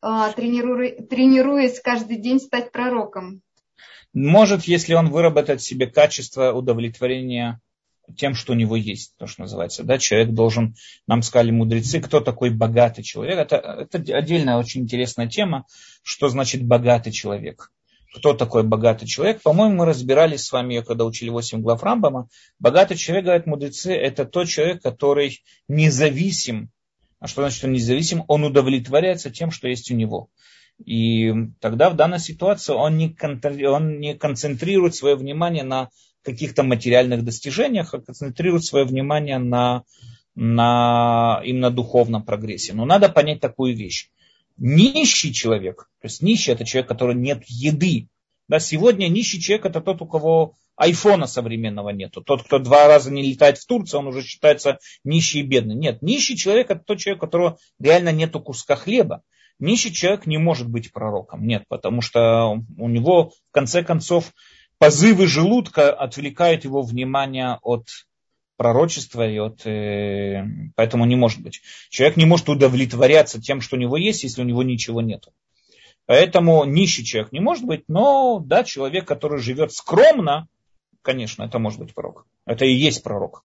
тренируясь каждый день, стать пророком? Может, если он выработает в себе качество удовлетворения тем, что у него есть, то, что называется. Да? Человек должен, нам сказали мудрецы, кто такой богатый человек. Это, это отдельная очень интересная тема, что значит богатый человек. Кто такой богатый человек? По-моему, мы разбирались с вами, когда учили восемь глав Рамбама. Богатый человек, говорят мудрецы, это тот человек, который независим. А что значит, он независим? Он удовлетворяется тем, что есть у него. И тогда в данной ситуации он не, он не концентрирует свое внимание на каких-то материальных достижениях, а концентрирует свое внимание на, на именно духовном прогрессе. Но надо понять такую вещь. Нищий человек, то есть нищий это человек, у которого нет еды. Да, сегодня нищий человек это тот, у кого айфона современного нету. Тот, кто два раза не летает в Турцию, он уже считается нищий и бедный. Нет, нищий человек это тот человек, у которого реально нету куска хлеба. Нищий человек не может быть пророком. Нет, потому что у него, в конце концов, позывы желудка отвлекают его внимание от пророчества, и от, э, поэтому не может быть. Человек не может удовлетворяться тем, что у него есть, если у него ничего нет. Поэтому нищий человек не может быть, но да, человек, который живет скромно, конечно, это может быть пророк. Это и есть пророк.